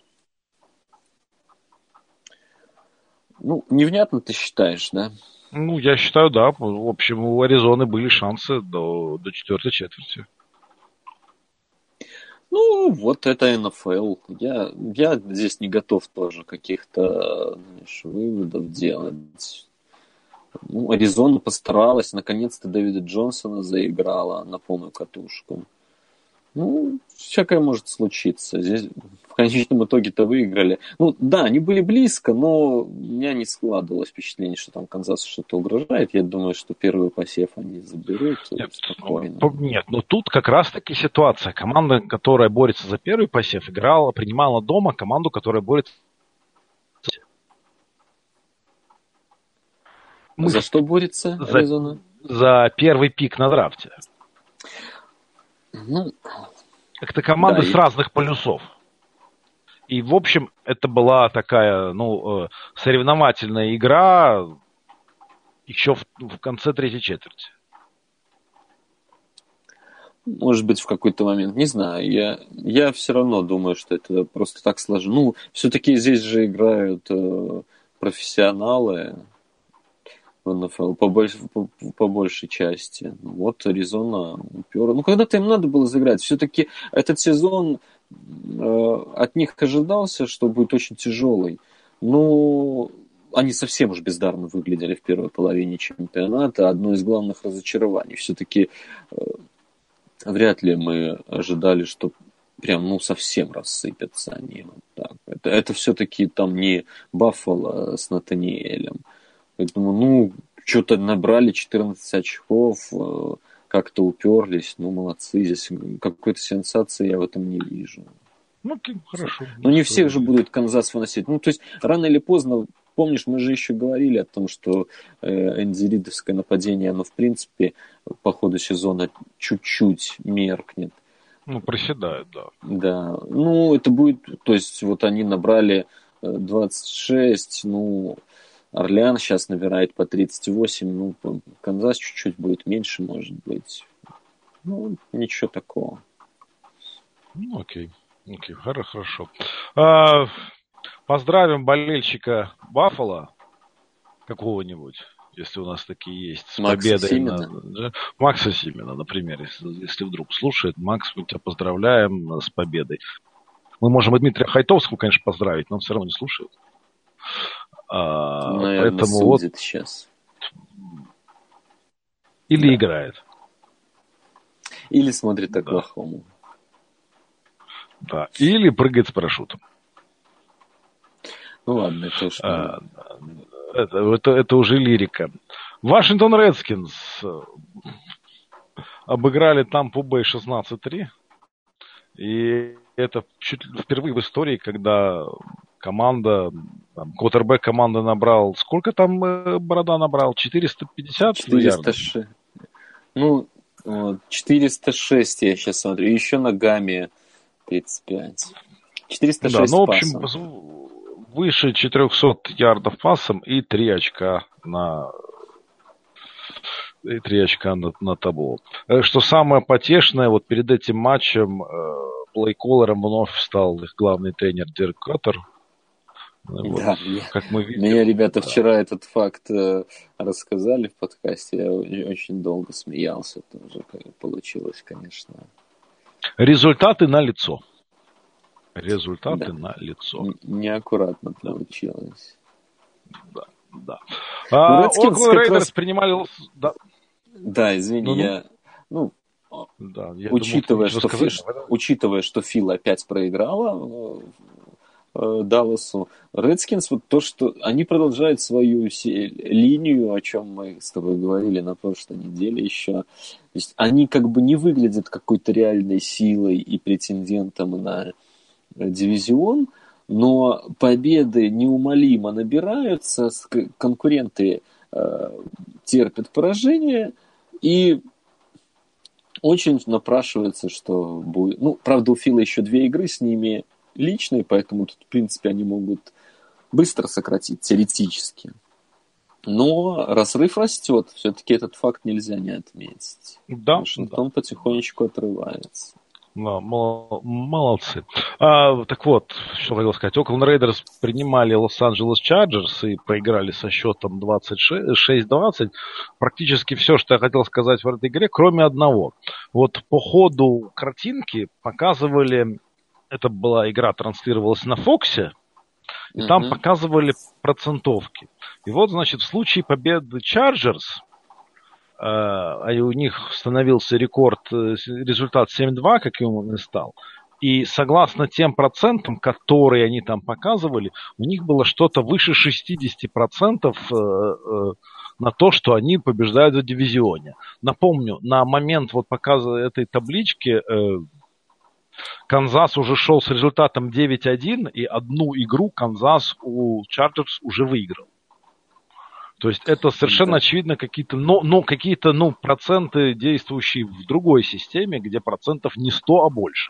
Ну, невнятно ты считаешь, да? Ну, я считаю, да. В общем, у Аризоны были шансы до, до четвертой четверти. Ну, вот это эн эф эл. Я, я здесь не готов тоже каких-то, знаешь, выводов делать. Ну, Аризона постаралась. Наконец-то Дэвида Джонсона заиграла на полную катушку. Ну, всякое может случиться. Здесь в конечном итоге-то выиграли. Ну, да, они были близко, но у меня не складывалось впечатление, что там Канзасу что-то угрожает. Я думаю, что первый посев они заберут нет, спокойно. Нет, но тут как раз-таки ситуация. Команда, которая борется за первый посев, играла, принимала дома команду, которая борется... Мы... За что борется Аризона? За, за первый пик на драфте. Ну, это команды да, с и... разных полюсов. И, в общем, это была такая, ну, соревновательная игра еще в, в конце третьей четверти. Может быть, в какой-то момент, не знаю. Я, я все равно думаю, что это просто так сложно. Ну, все-таки здесь же играют э, профессионалы в эн эф эл по, больш, по, по большей части. Вот Аризона уперла. Ну, когда-то им надо было заиграть. Все-таки этот сезон э, от них ожидался, что будет очень тяжелый. Но они совсем уж бездарно выглядели в первой половине чемпионата. Одно из главных разочарований. Все-таки э, вряд ли мы ожидали, что прям, ну, совсем рассыпятся они. Вот так. Это, это все-таки там не Баффало с Натаниэлем. Поэтому, ну, что-то набрали четырнадцать очков, как-то уперлись, ну, молодцы. Здесь какой-то сенсации я в этом не вижу. Ну, хорошо. Но не всех же будет Канзас выносить. Ну, то есть, рано или поздно, помнишь, мы же еще говорили о том, что э, Энди Ридовское нападение, оно, в принципе, по ходу сезона чуть-чуть меркнет. Ну, проседает, да. Да. Ну, это будет, то есть, вот они набрали двадцать шесть, ну... Орлеан сейчас набирает по тридцать восемь, ну, Канзас чуть-чуть будет меньше, может быть. Ну, ничего такого. Ну, окей. Окей, хорошо. А, поздравим болельщика Баффало какого-нибудь, если у нас такие есть, с Макса победой. Симена. На, Макса Симена, например, если, если вдруг слушает. Макс, мы тебя поздравляем с победой. Мы можем и Дмитрия Хайтовского, конечно, поздравить, но он все равно не слушает. А, наверное, поэтому судит вот... сейчас. Или да. играет. Или смотрит да. Оклахому. Да. Или прыгает с парашютом. Ну ладно, это уж... А, это, это, это уже лирика. Вашингтон Редскинс обыграли Тампу Бэй шестнадцать три. И это чуть ли впервые в истории, когда команда, квотербек команды набрал, сколько там Борода набрал? четыреста пятьдесят? четыреста шесть. Ну, четыреста шесть я сейчас смотрю. И еще ногами тридцать пять. четыреста шесть да, ну, в пасом. общем, выше четыреста ярдов пасом и три очка на... И три очка на, на табло. Что самое потешное, вот перед этим матчем э, плей-коллером вновь стал их главный тренер Дирк Коттер. Вот, да, как мы видим. Мне ребята да. вчера этот факт э, рассказали в подкасте. Я очень долго смеялся. Тоже как получилось, конечно. Результаты налицо. Результаты Да. налицо. Неаккуратно Да. получилось. Да, да. А, Redskins Окленд как Рейдерс раз... принимали... Да, Да, извини, ну-ну. я... Ну, Да, я учитывая, думал, что сказать, Фи... давай, давай. учитывая, что Фил опять проиграла э, Далласу, Redskins, вот то, что они продолжают свою се- линию, о чем мы с тобой говорили на прошлой неделе еще. То есть они как бы не выглядят какой-то реальной силой и претендентом на дивизион, но победы неумолимо набираются, конкуренты э, терпят поражение, и очень напрашивается, что будет... Ну, правда, у Фила еще две игры с ними личные, поэтому тут, в принципе, они могут быстро сократить, теоретически. Но разрыв растет. Все-таки этот факт нельзя не отметить. Да, Вашингтон да. потихонечку отрывается. Да, мол- молодцы. А, так вот, что хотел сказать. Окленд Рейдерс принимали Лос-Анджелес Чарджерс и проиграли со счетом двадцать шесть двадцать. Практически все, что я хотел сказать в этой игре, кроме одного. Вот по ходу картинки показывали, это была игра, транслировалась на Фоксе, и Мгм. там показывали процентовки. И вот, значит, в случае победы Чарджерс, а у них становился рекорд, э, результат семь два, каким он и стал. И согласно тем процентам, которые они там показывали, у них было что-то выше шестьдесят процентов э, э, на то, что они побеждают в дивизионе. Напомню, на момент вот показа этой таблички э, Канзас уже шел с результатом девять один, и одну игру Канзас у Чарджерс уже выиграл. То есть это совершенно Да. очевидно какие-то, ну, ну, какие-то, ну, проценты, действующие в другой системе, где процентов не сто, а больше.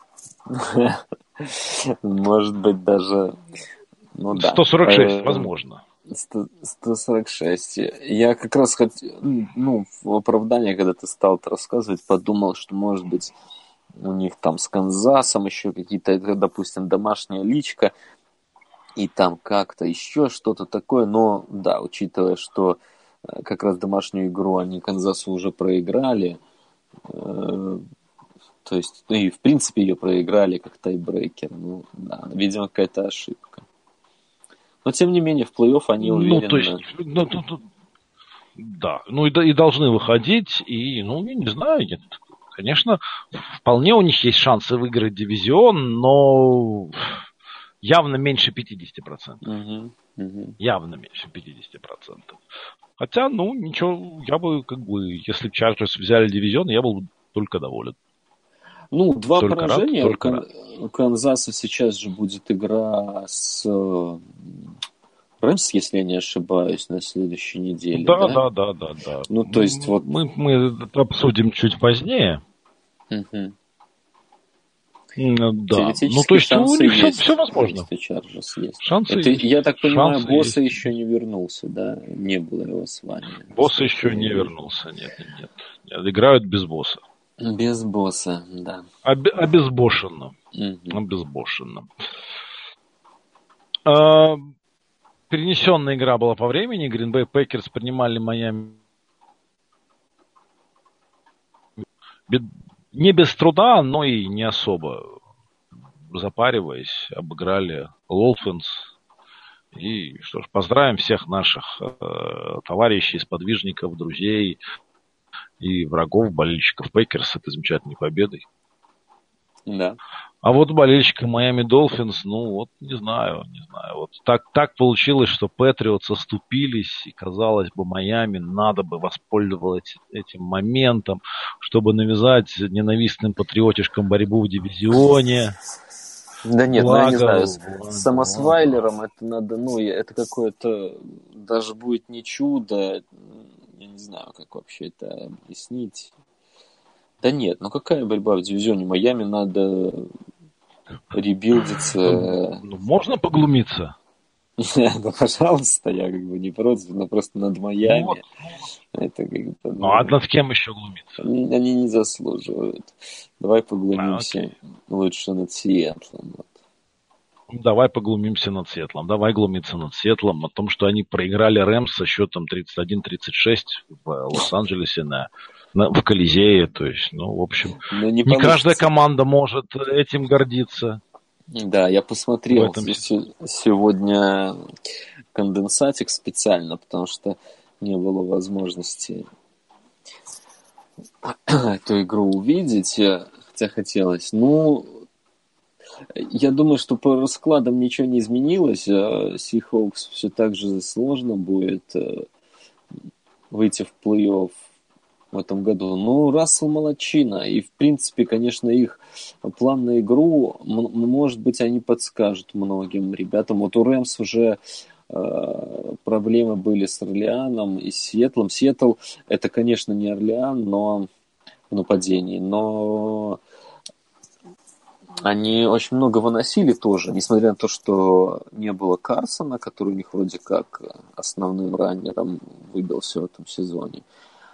Может быть, даже... Ну да. сто сорок шесть, Э, возможно. сто сто сорок шесть. Я как раз хотел, ну, в оправдание, когда ты стал это рассказывать, подумал, что, может быть, у них там с Канзасом еще какие-то, допустим, домашняя личка, и там как-то еще что-то такое. Но, да, учитывая, что э, как раз домашнюю игру они Канзасу уже проиграли, э, то есть, ну и в принципе ее проиграли как тайбрейкер. Ну, да, видимо, какая-то ошибка. Но, тем не менее, в плей-офф они уверенно... Ну, то есть, ну, тут- тут- да, ну и, да- и должны выходить, и, ну, я не знаю, нет, конечно, вполне у них есть шансы выиграть дивизион, но явно меньше пятьдесят процентов. Мгм, мгм. Явно меньше пятьдесят процентов. Хотя, ну, ничего, я бы, как бы, если бы Чарджерс взяли дивизион, я был бы только доволен. Ну, два Только рад, поражения. только у, Кан- рад. у Канзаса сейчас же будет игра с э, Рэмс, если я не ошибаюсь, на следующей неделе, Да, да? да, да, да, да. Ну, то есть вот... Мы, мы это обсудим чуть позднее. Мгм. М, Да. Ну, Теоретически то есть у шансы них все, есть. все возможно. Есть у Чарджерс есть. Шансы Это, есть. я так понимаю, Шансы Босса есть. еще не вернулся, да? Не было его с вами. Босс насколько еще я не вижу. вернулся. Нет, нет, нет. Нет, играют без босса. Без Босса, да. Обе- обезбошенно. Мгм. Обезбошенно. А, перенесенная игра была по времени. Green Bay Packers принимали Майами. Бе- Не без труда, но и не особо запариваясь, обыграли Dolphins. И что ж, поздравим всех наших э, товарищей, сподвижников, друзей и врагов, болельщиков Пейкерс с этой замечательной победой. Да. А вот болельщикам Майами Долфинс, ну вот не знаю, не знаю. Вот так, так получилось, что Патриотс оступились, и казалось бы, Майами надо бы воспользоваться этим моментом, чтобы навязать ненавистным патриотишкам борьбу в дивизионе. Да нет, ну я не Благо, знаю, с, благо, с Самосвайлером это надо, ну, я- это какое-то, даже будет не чудо, я не знаю, как вообще это объяснить. Да нет, ну какая борьба в дивизионе? Майами надо ребилдиться. Ну, можно поглумиться? Да, пожалуйста, я как бы не против, но просто над Ну, Майами. вот. Это как бы, Ну, а ну, над кем еще глумиться? они, они не заслуживают. Давай А, поглумимся окей. лучше над Сиэтлом. Вот. Давай поглумимся над Сиэтлом. Давай глумиться над Сиэтлом о том, что они проиграли Рэмс со счетом тридцать один тридцать шесть в Лос-Анджелесе на, на, в Колизее. То есть, ну, в общем, не, не каждая команда может этим гордиться. Да, я посмотрел сегодня конденсатик специально, потому что не было возможности эту игру увидеть, хотя хотелось. Ну, я думаю, что по раскладам ничего не изменилось. Seahawks все так же сложно будет выйти в плей-офф в этом году. Ну, Рассел молодчина. И, в принципе, конечно, их план на игру, может быть, они подскажут многим ребятам. Вот у Рэмс уже э, проблемы были с Орлеаном и Сиэтлом. Сиэтл — это, конечно, не Орлеан, но в нападении. Но они очень много выносили тоже, несмотря на то, что не было Карсона, который у них вроде как основным раннером выбил все в этом сезоне.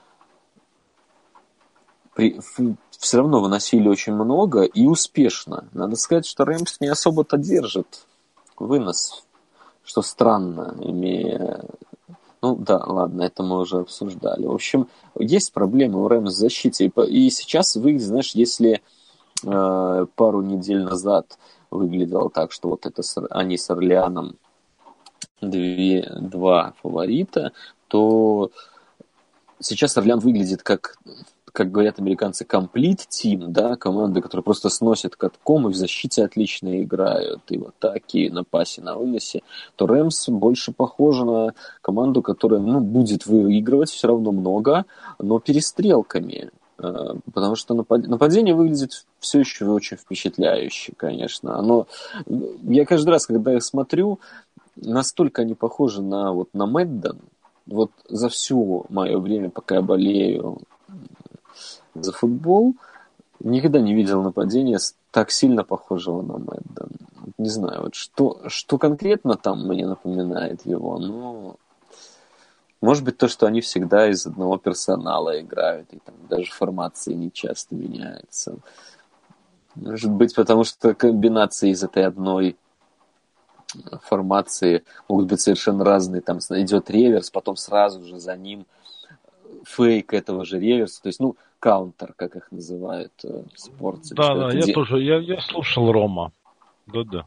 При, все равно выносили очень много и успешно. Надо сказать, что Рэмс не особо-то держит вынос, что странно, имея... Ну да, ладно, это мы уже обсуждали. В общем, есть проблемы у Рэмс в защите. И сейчас выглядит, знаешь, если э, пару недель назад выглядело так, что вот это они с Орлеаном две, два фаворита, то сейчас Орлеан выглядит как... как говорят американцы, complete team, да, команда, которая просто сносит катком и в защите отлично играют, и в атаке, и на пасе, на выносе, то Рэмс больше похожа на команду, которая, ну, будет выигрывать все равно много, но перестрелками, потому что нападение выглядит все еще очень впечатляюще, конечно. Оно, я каждый раз, когда их смотрю, настолько они похожи на, вот, на Мэдден, вот за все мое время, пока я болею за футбол, никогда не видел нападения так сильно похожего на Мэдден. Не знаю, вот что, что конкретно там мне напоминает его, но может быть то, что они всегда из одного персонала играют, и там даже формации не часто меняются. Может быть, потому что комбинации из этой одной формации могут быть совершенно разные. Там идет реверс, потом сразу же за ним фейк этого же реверса. То есть, ну, каунтер, как их называют в спорте. Да, да, я де... тоже, я, я слушал Рома. Да-да.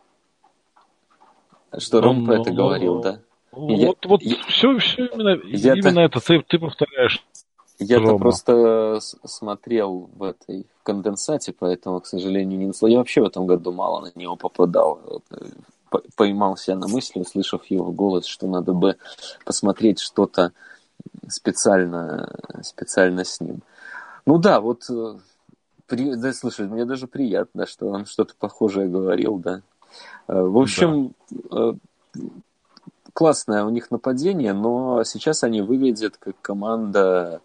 Что Ром про это говорил, да? Вот, я, вот я, все, все именно, именно это ты, ты повторяешь. Я-то просто смотрел в этой в конденсате, поэтому, к сожалению, не наслал. Я вообще в этом году мало на него попадал. Поймал себя на мысли, услышав его голос, что надо бы посмотреть что-то специально, специально с ним. Ну да, вот, при, да, слушай, мне даже приятно, что он что-то похожее говорил, да. В общем, да. Классное у них нападение, но сейчас они выглядят как команда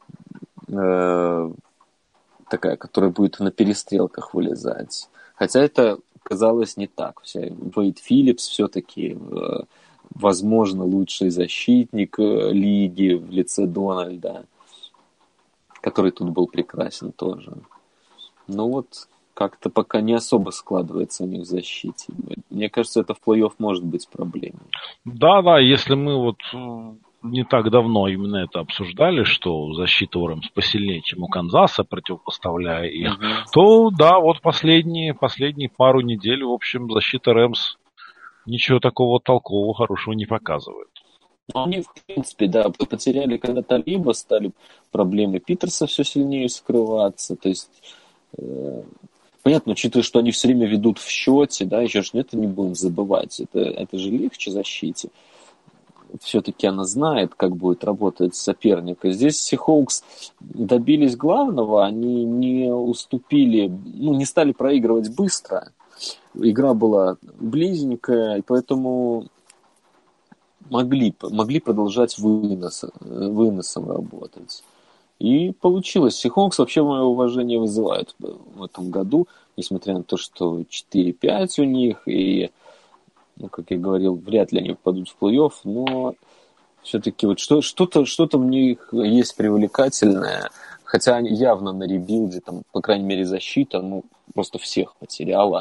э, такая, которая будет на перестрелках вылезать. Хотя это казалось не так. Уэйд Филлипс все-таки, э, возможно, лучший защитник лиги в лице Дональда, который тут был прекрасен тоже. Ну вот, как-то пока не особо складывается у них в защите. Мне кажется, это в плей-офф может быть проблемой. Да, да, если мы вот не так давно именно это обсуждали, что защита у Рэмс посильнее, чем у Канзаса, противопоставляя их, угу. то да, вот последние, последние пару недель, в общем, защита Рэмс ничего такого толкового, хорошего не показывает. Ну, они, в принципе, да, потеряли когда-то либо, стали проблемы Питерса все сильнее скрываться, то есть... Э- Понятно, учитывая, что они все время ведут в счете, да, еще же это не будем забывать. Это, это же легче защите. Все-таки она знает, как будет работать соперник. И здесь Seahawks добились главного, они не уступили, ну, не стали проигрывать быстро. Игра была близенькая, и поэтому могли, могли продолжать вынос, выносом работать. И получилось. Seahawks вообще мое уважение вызывают в этом году, несмотря на то, что четыре пять у них, и, ну, как я говорил, вряд ли они попадут в плей-офф, но все-таки вот что, что-то, что-то в них есть привлекательное, хотя они явно на ребилде, там, по крайней мере, защита, ну, просто всех потеряла.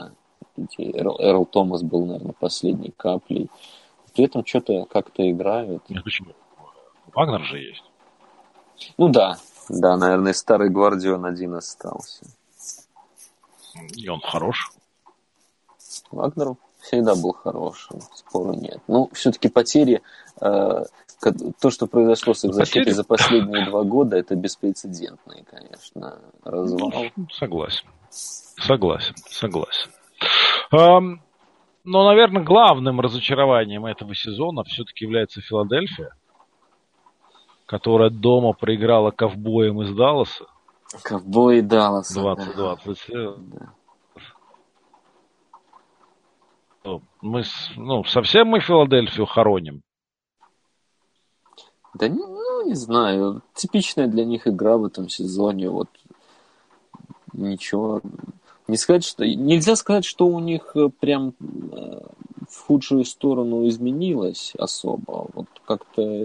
Эрл, Эрл Томас был, наверное, последней каплей. При этом что-то как-то играют. Нет, почему? Вагнер же есть. Ну да, да, наверное, старый гвардии он один остался. И он хорош. Вагнер всегда был хорошим, спору нет. Ну, все-таки потери, э, то, что произошло с их защитой за последние два года, это беспрецедентный, конечно, развал. Ну, согласен, согласен, согласен. Um... Но, наверное, главным разочарованием этого сезона все-таки является Филадельфия, которая дома проиграла ковбоям из Далласа. Ковбои Далласа. двадцать двадцать семь. Да. Мы, ну, совсем мы Филадельфию хороним? Да, ну, не знаю. Типичная для них игра в этом сезоне. Вот ничего... Не сказать, что... Нельзя сказать, что у них прям в худшую сторону изменилось особо. Вот как-то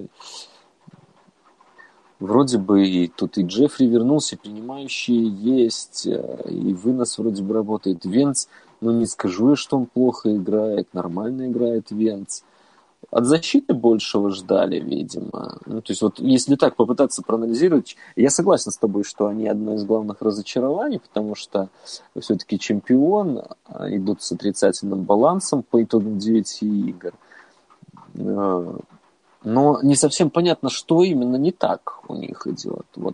вроде бы и тут и Джеффри вернулся, принимающие есть, и вынос вроде бы работает. Венц, ну не скажу, что он плохо играет, нормально играет Венц. От защиты большего ждали, видимо. Ну, то есть вот если так попытаться проанализировать, я согласен с тобой, что они одно из главных разочарований, потому что все-таки чемпион, идут с отрицательным балансом по итогам девяти игр. Но не совсем понятно, что именно не так у них идет. Вот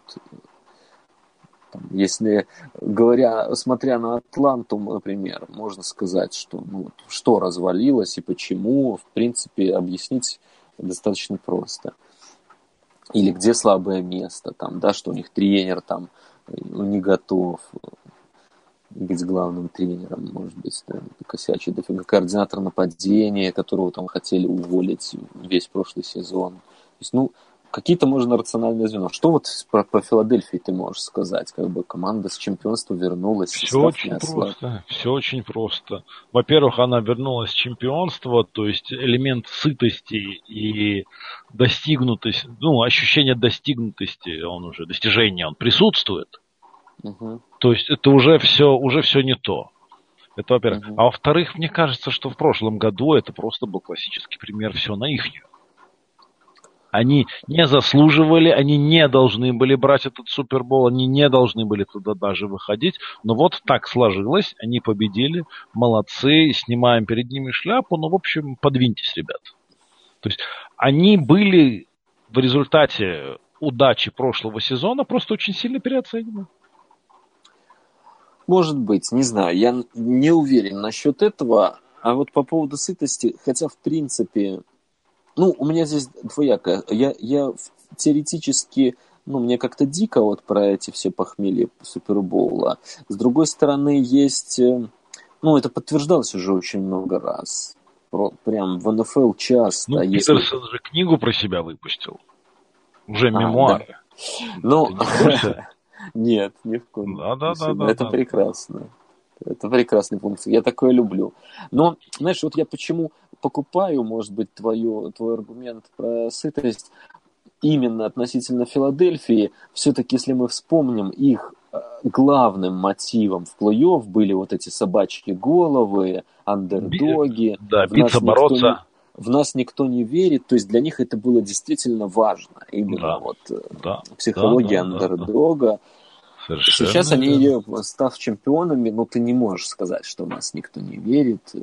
если, говоря, смотря на Атланту, например, можно сказать, что ну, что развалилось и почему, в принципе, объяснить достаточно просто. Или где слабое место, там, да, что у них тренер там не готов быть главным тренером, может быть, да, косячий дофига, координатор нападения, которого там хотели уволить весь прошлый сезон. То есть, ну, какие-то можно рациональные звена. Что вот про, по Филадельфии ты можешь сказать? Как бы команда с чемпионства вернулась. Все очень просто. Все очень просто. Во-первых, она вернулась с чемпионства, то есть элемент сытости и достигнутости, ну, ощущение достигнутости, он уже, достижения, он присутствует. Угу. То есть это уже все, уже все не то. Это во-первых. Угу. А во-вторых, мне кажется, что в прошлом году это просто был классический пример все на ихнюю. Они не заслуживали, они не должны были брать этот Супербол, они не должны были туда даже выходить. Но вот так сложилось, они победили, молодцы, снимаем перед ними шляпу, ну, в общем, подвиньтесь, ребят. То есть они были в результате удачи прошлого сезона просто очень сильно переоценены. Может быть, не знаю, я не уверен насчет этого. А вот по поводу сытости, хотя в принципе... Ну, у меня здесь двоякое. Я, я теоретически, ну, мне как-то дико вот про эти все похмелья Супербоула. С другой стороны, есть... Ну, это подтверждалось уже очень много раз. Про, прям в эн эф эл часто. Ну, если... Питерсон же книгу про себя выпустил. Уже мемуары. А, да. Ну, нет, ни в коем случае. Да, да, да. Это прекрасно. Это прекрасный пункт. Я такое люблю. Но, знаешь, вот я почему покупаю, может быть, твою, твой аргумент про сытость именно относительно Филадельфии. Все-таки, если мы вспомним, их главным мотивом в плей-офф были вот эти собачьи головы, андердоги. Да, биться, бороться. В нас никто не верит. То есть для них это было действительно важно. Именно да, вот да, психология да, андердога. Да, да. Совершенно Сейчас они, ее, став чемпионами, ну ты не можешь сказать, что в нас никто не верит.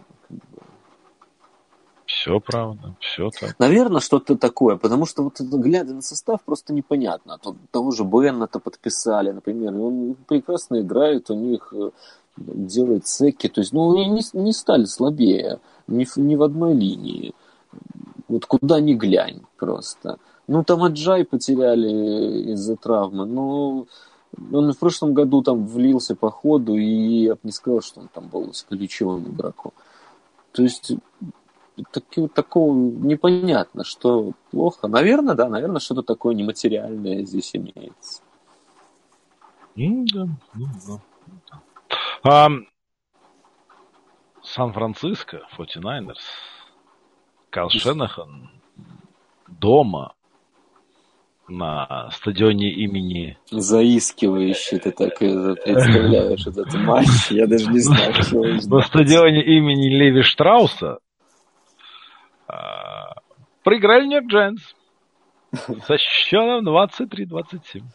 Все правда, все так. Наверное, что-то такое, потому что вот глядя на состав, просто непонятно. Тут того же Беннета подписали, например, и он прекрасно играет, у них делает секи, то есть, ну, они не, не стали слабее ни, ни в одной линии. Вот куда ни глянь просто. Ну, там Аджай потеряли из-за травмы, но... Он в прошлом году там влился по ходу, и я бы не сказал, что он там был ключевым игроком. То есть, таки, такого непонятно, что плохо. Наверное, да, наверное, что-то такое нематериальное здесь имеется. Ну, да, ну, да. А, Сан-Франциско, форти найнерс, Кайл Шенахан дома на стадионе имени... Заискивающе ты так представляешь этот матч. Я даже не знаю, чего ждать. На стадионе имени Леви Штрауса проиграли Нью-Йорк Джайантс со счетом двадцать три двадцать семь.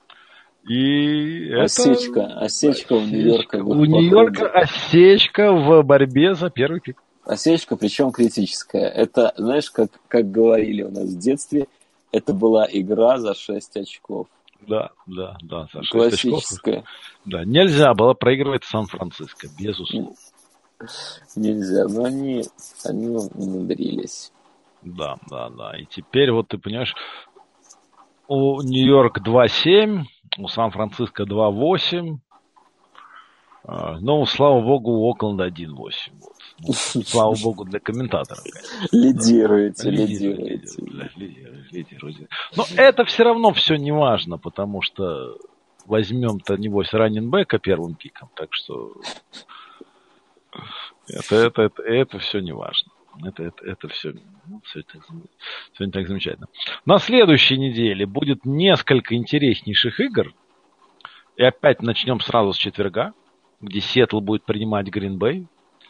И осечка, это... осечка у Нью-Йорка. У Нью-Йорка осечка в борьбе за первый пик. Осечка, причем критическая. Это, знаешь, как, как говорили у нас в детстве, это была игра за шесть очков. Да, да, да, за шесть классическая. очков. Да, нельзя было проигрывать Сан-Франциско, безусловно. Нельзя, но они, они умудрились. Да, да, да. И теперь вот ты понимаешь, у Нью-Йорк два семь, у Сан-Франциско два восемь. Ну, слава богу, у Окленда один восемь. Вот. Ну, слава богу для комментаторов, конечно. Лидируете, лидируете. Лидируете, лидируете. Но это все равно все не важно, потому что возьмем-то, небось, раннинбека первым пиком, так что это, это, это, это все не важно. Это, это, это все, ну, все, это, все не так замечательно. На следующей неделе будет несколько интереснейших игр. И опять начнем сразу с четверга, где Сиэтл будет принимать Грин-Бэй.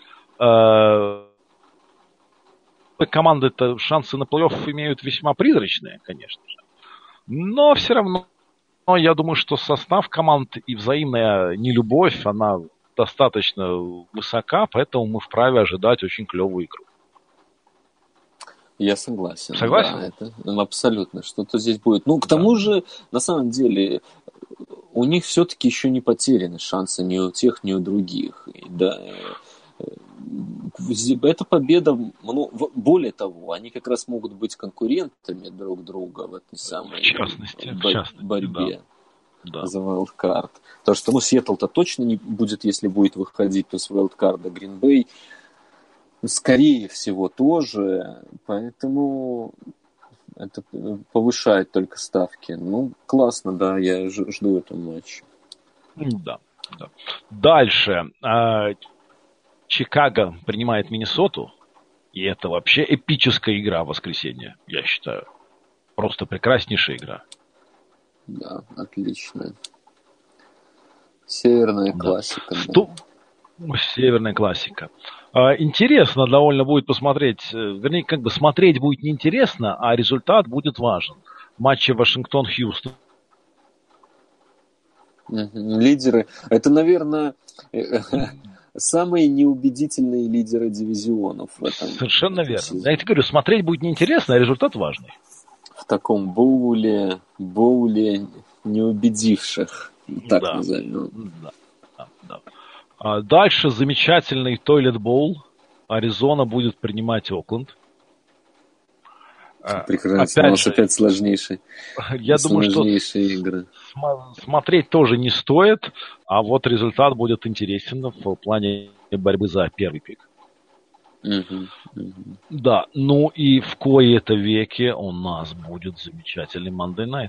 Команды-то шансы на плей-офф имеют весьма призрачные, конечно же. Но все равно, я думаю, что состав команд и взаимная нелюбовь, она достаточно высока, поэтому мы вправе ожидать очень клевую игру. Я согласен. Согласен? Да, это, ну, абсолютно. Что-то здесь будет. Ну, к тому да. же, на самом деле, у них все-таки еще не потеряны шансы ни у тех, ни у других. И, да, эта победа, ну, более того, они как раз могут быть конкурентами друг друга в этой самой в частности, бо- в частности, борьбе да. Да. за wildcard. Потому что, ну, Сиэтл-то точно не будет, если будет выходить с wildcard, Грин-Бэй скорее всего тоже, поэтому это повышает только ставки. Ну, классно, да, я жду этого матча. Да, да. Дальше. Чикаго принимает Миннесоту, и это вообще эпическая игра в воскресенье, я считаю. Просто прекраснейшая игра. Да, отлично. Северная да. классика. Сто... Северная классика. Интересно довольно будет посмотреть, вернее, как бы смотреть будет неинтересно, а результат будет важен. В матче Вашингтон-Хьюстон. Лидеры. Это, наверное, самые неубедительные лидеры дивизионов в этом. Совершенно верно. Я тебе говорю, смотреть будет неинтересно, а результат важный. В таком боуле, боуле неубедивших, так да. назовем. Да, да, да. А дальше замечательный Toilet Bowl. Аризона будет принимать Окленд. Прекрасно. Опять у нас же, опять сложнейший. Я думаю, что игры. Смотреть тоже не стоит, а вот результат будет интересен в плане борьбы за первый пик. Uh-huh, uh-huh. Да, ну и в кои-то веке у нас будет замечательный Monday Night.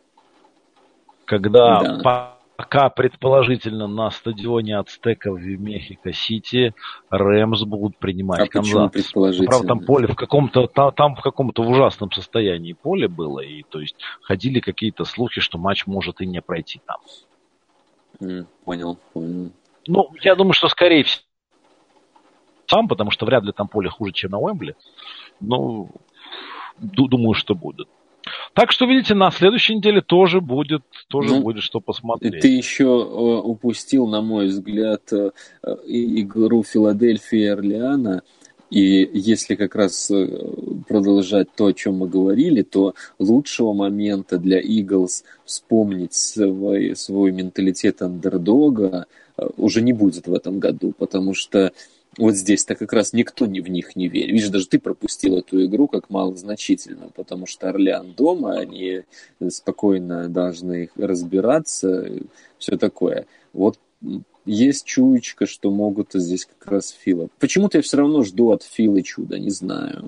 Когда да. пока предположительно на стадионе Ацтеков в Мехико-Сити Рэмс будут принимать а Канзас. Предположительно? Правда, там поле в каком-то, там, там в каком-то ужасном состоянии поле было, и то есть ходили какие-то слухи, что матч может и не пройти там. Mm, понял, понял. Ну, я думаю, что скорее всего там, потому что вряд ли там поле хуже, чем на Уэмбли. Но думаю, что будет. Так что, видите, на следующей неделе тоже будет, тоже ну, будет что посмотреть. Ты еще э, упустил, на мой взгляд, э, игру Филадельфии и Орлеана. И если как раз продолжать то, о чем мы говорили, то лучшего момента для Eagles вспомнить свой, свой менталитет андердога уже не будет в этом году, потому что вот здесь-то как раз никто не в них не верит. Видишь, даже ты пропустил эту игру как малозначительную, потому что Орлеан дома, они спокойно должны разбираться, все такое. Вот есть чуечка, что могут здесь как раз Фила. Почему-то я все равно жду от Филы чуда, не знаю.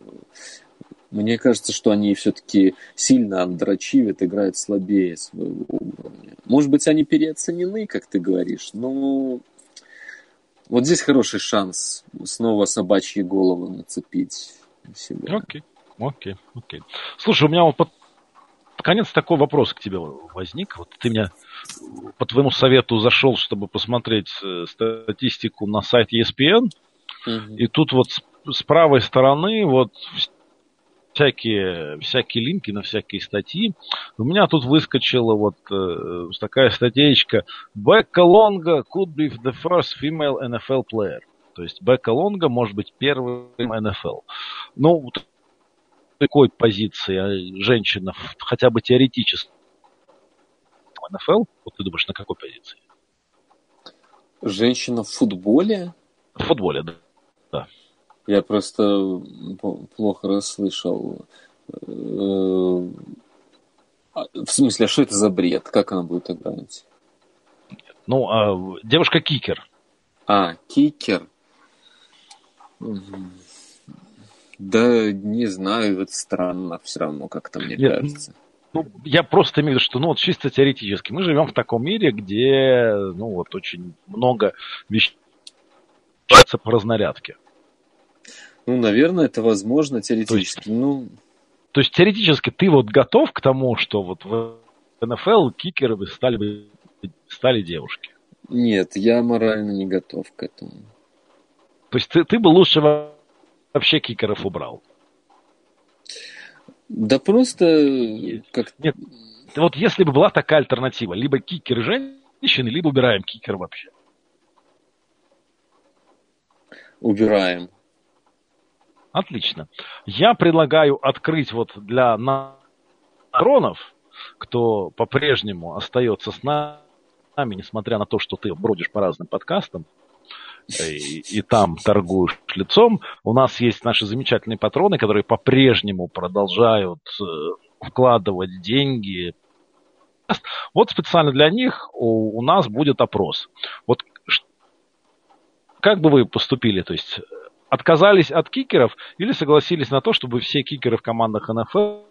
Мне кажется, что они все-таки сильно андрачивят, играют слабее своего уровня. Может быть, они переоценены, как ты говоришь, но вот здесь хороший шанс снова собачьи головы нацепить себе. Окей, окей, окей. Слушай, у меня вот наконец такой вопрос к тебе возник. Вот ты меня по твоему совету зашел, чтобы посмотреть статистику на сайт и эс пи эн, mm-hmm. и тут вот с, с правой стороны вот всякие, всякие линки на всякие статьи. У меня тут выскочила вот э, такая статейка «Бекка Лонга could be the first female эн эф эл player». То есть Бекка Лонга может быть первым эн эф эл. Ну, в такой позиции женщина, хотя бы теоретически, эн эф эл, вот ты думаешь, на какой позиции? Женщина в футболе? В футболе, да. да. Я просто плохо расслышал. В смысле, а что это за бред? Как она будет играть? Ну, а, девушка-кикер. А, кикер. Да, не знаю, это странно все равно, как-то мне Нет, кажется. Ну, я просто имею в виду, что, ну, вот чисто теоретически, мы живем в таком мире, где, ну, вот очень много вещей по разнарядке. Ну, наверное, это возможно теоретически. То есть, ну... то есть теоретически ты вот готов к тому, что вот в эн эф эл кикеры стали, стали девушки? Нет, я морально не готов к этому. То есть ты, ты бы лучше вообще кикеров убрал? Да просто... Как... Нет, вот если бы была такая альтернатива, либо кикеры женщины, либо убираем кикер вообще. Убираем. Отлично. Я предлагаю открыть вот для патронов, кто по-прежнему остается с нами, несмотря на то, что ты бродишь по разным подкастам и, и там торгуешь лицом. У нас есть наши замечательные патроны, которые по-прежнему продолжают вкладывать деньги. Вот специально для них у, у нас будет опрос. Вот как бы вы поступили? То есть отказались от кикеров или согласились на то, чтобы все кикеры в командах эн эф эл?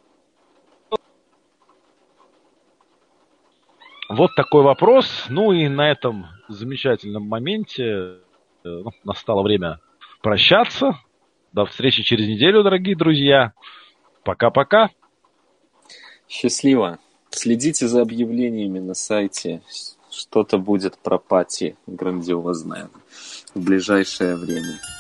Вот такой вопрос. Ну и на этом замечательном моменте ну, настало время прощаться. До встречи через неделю, дорогие друзья. Пока-пока. Счастливо. Следите за объявлениями на сайте. Что-то будет про пати грандиозное в ближайшее время.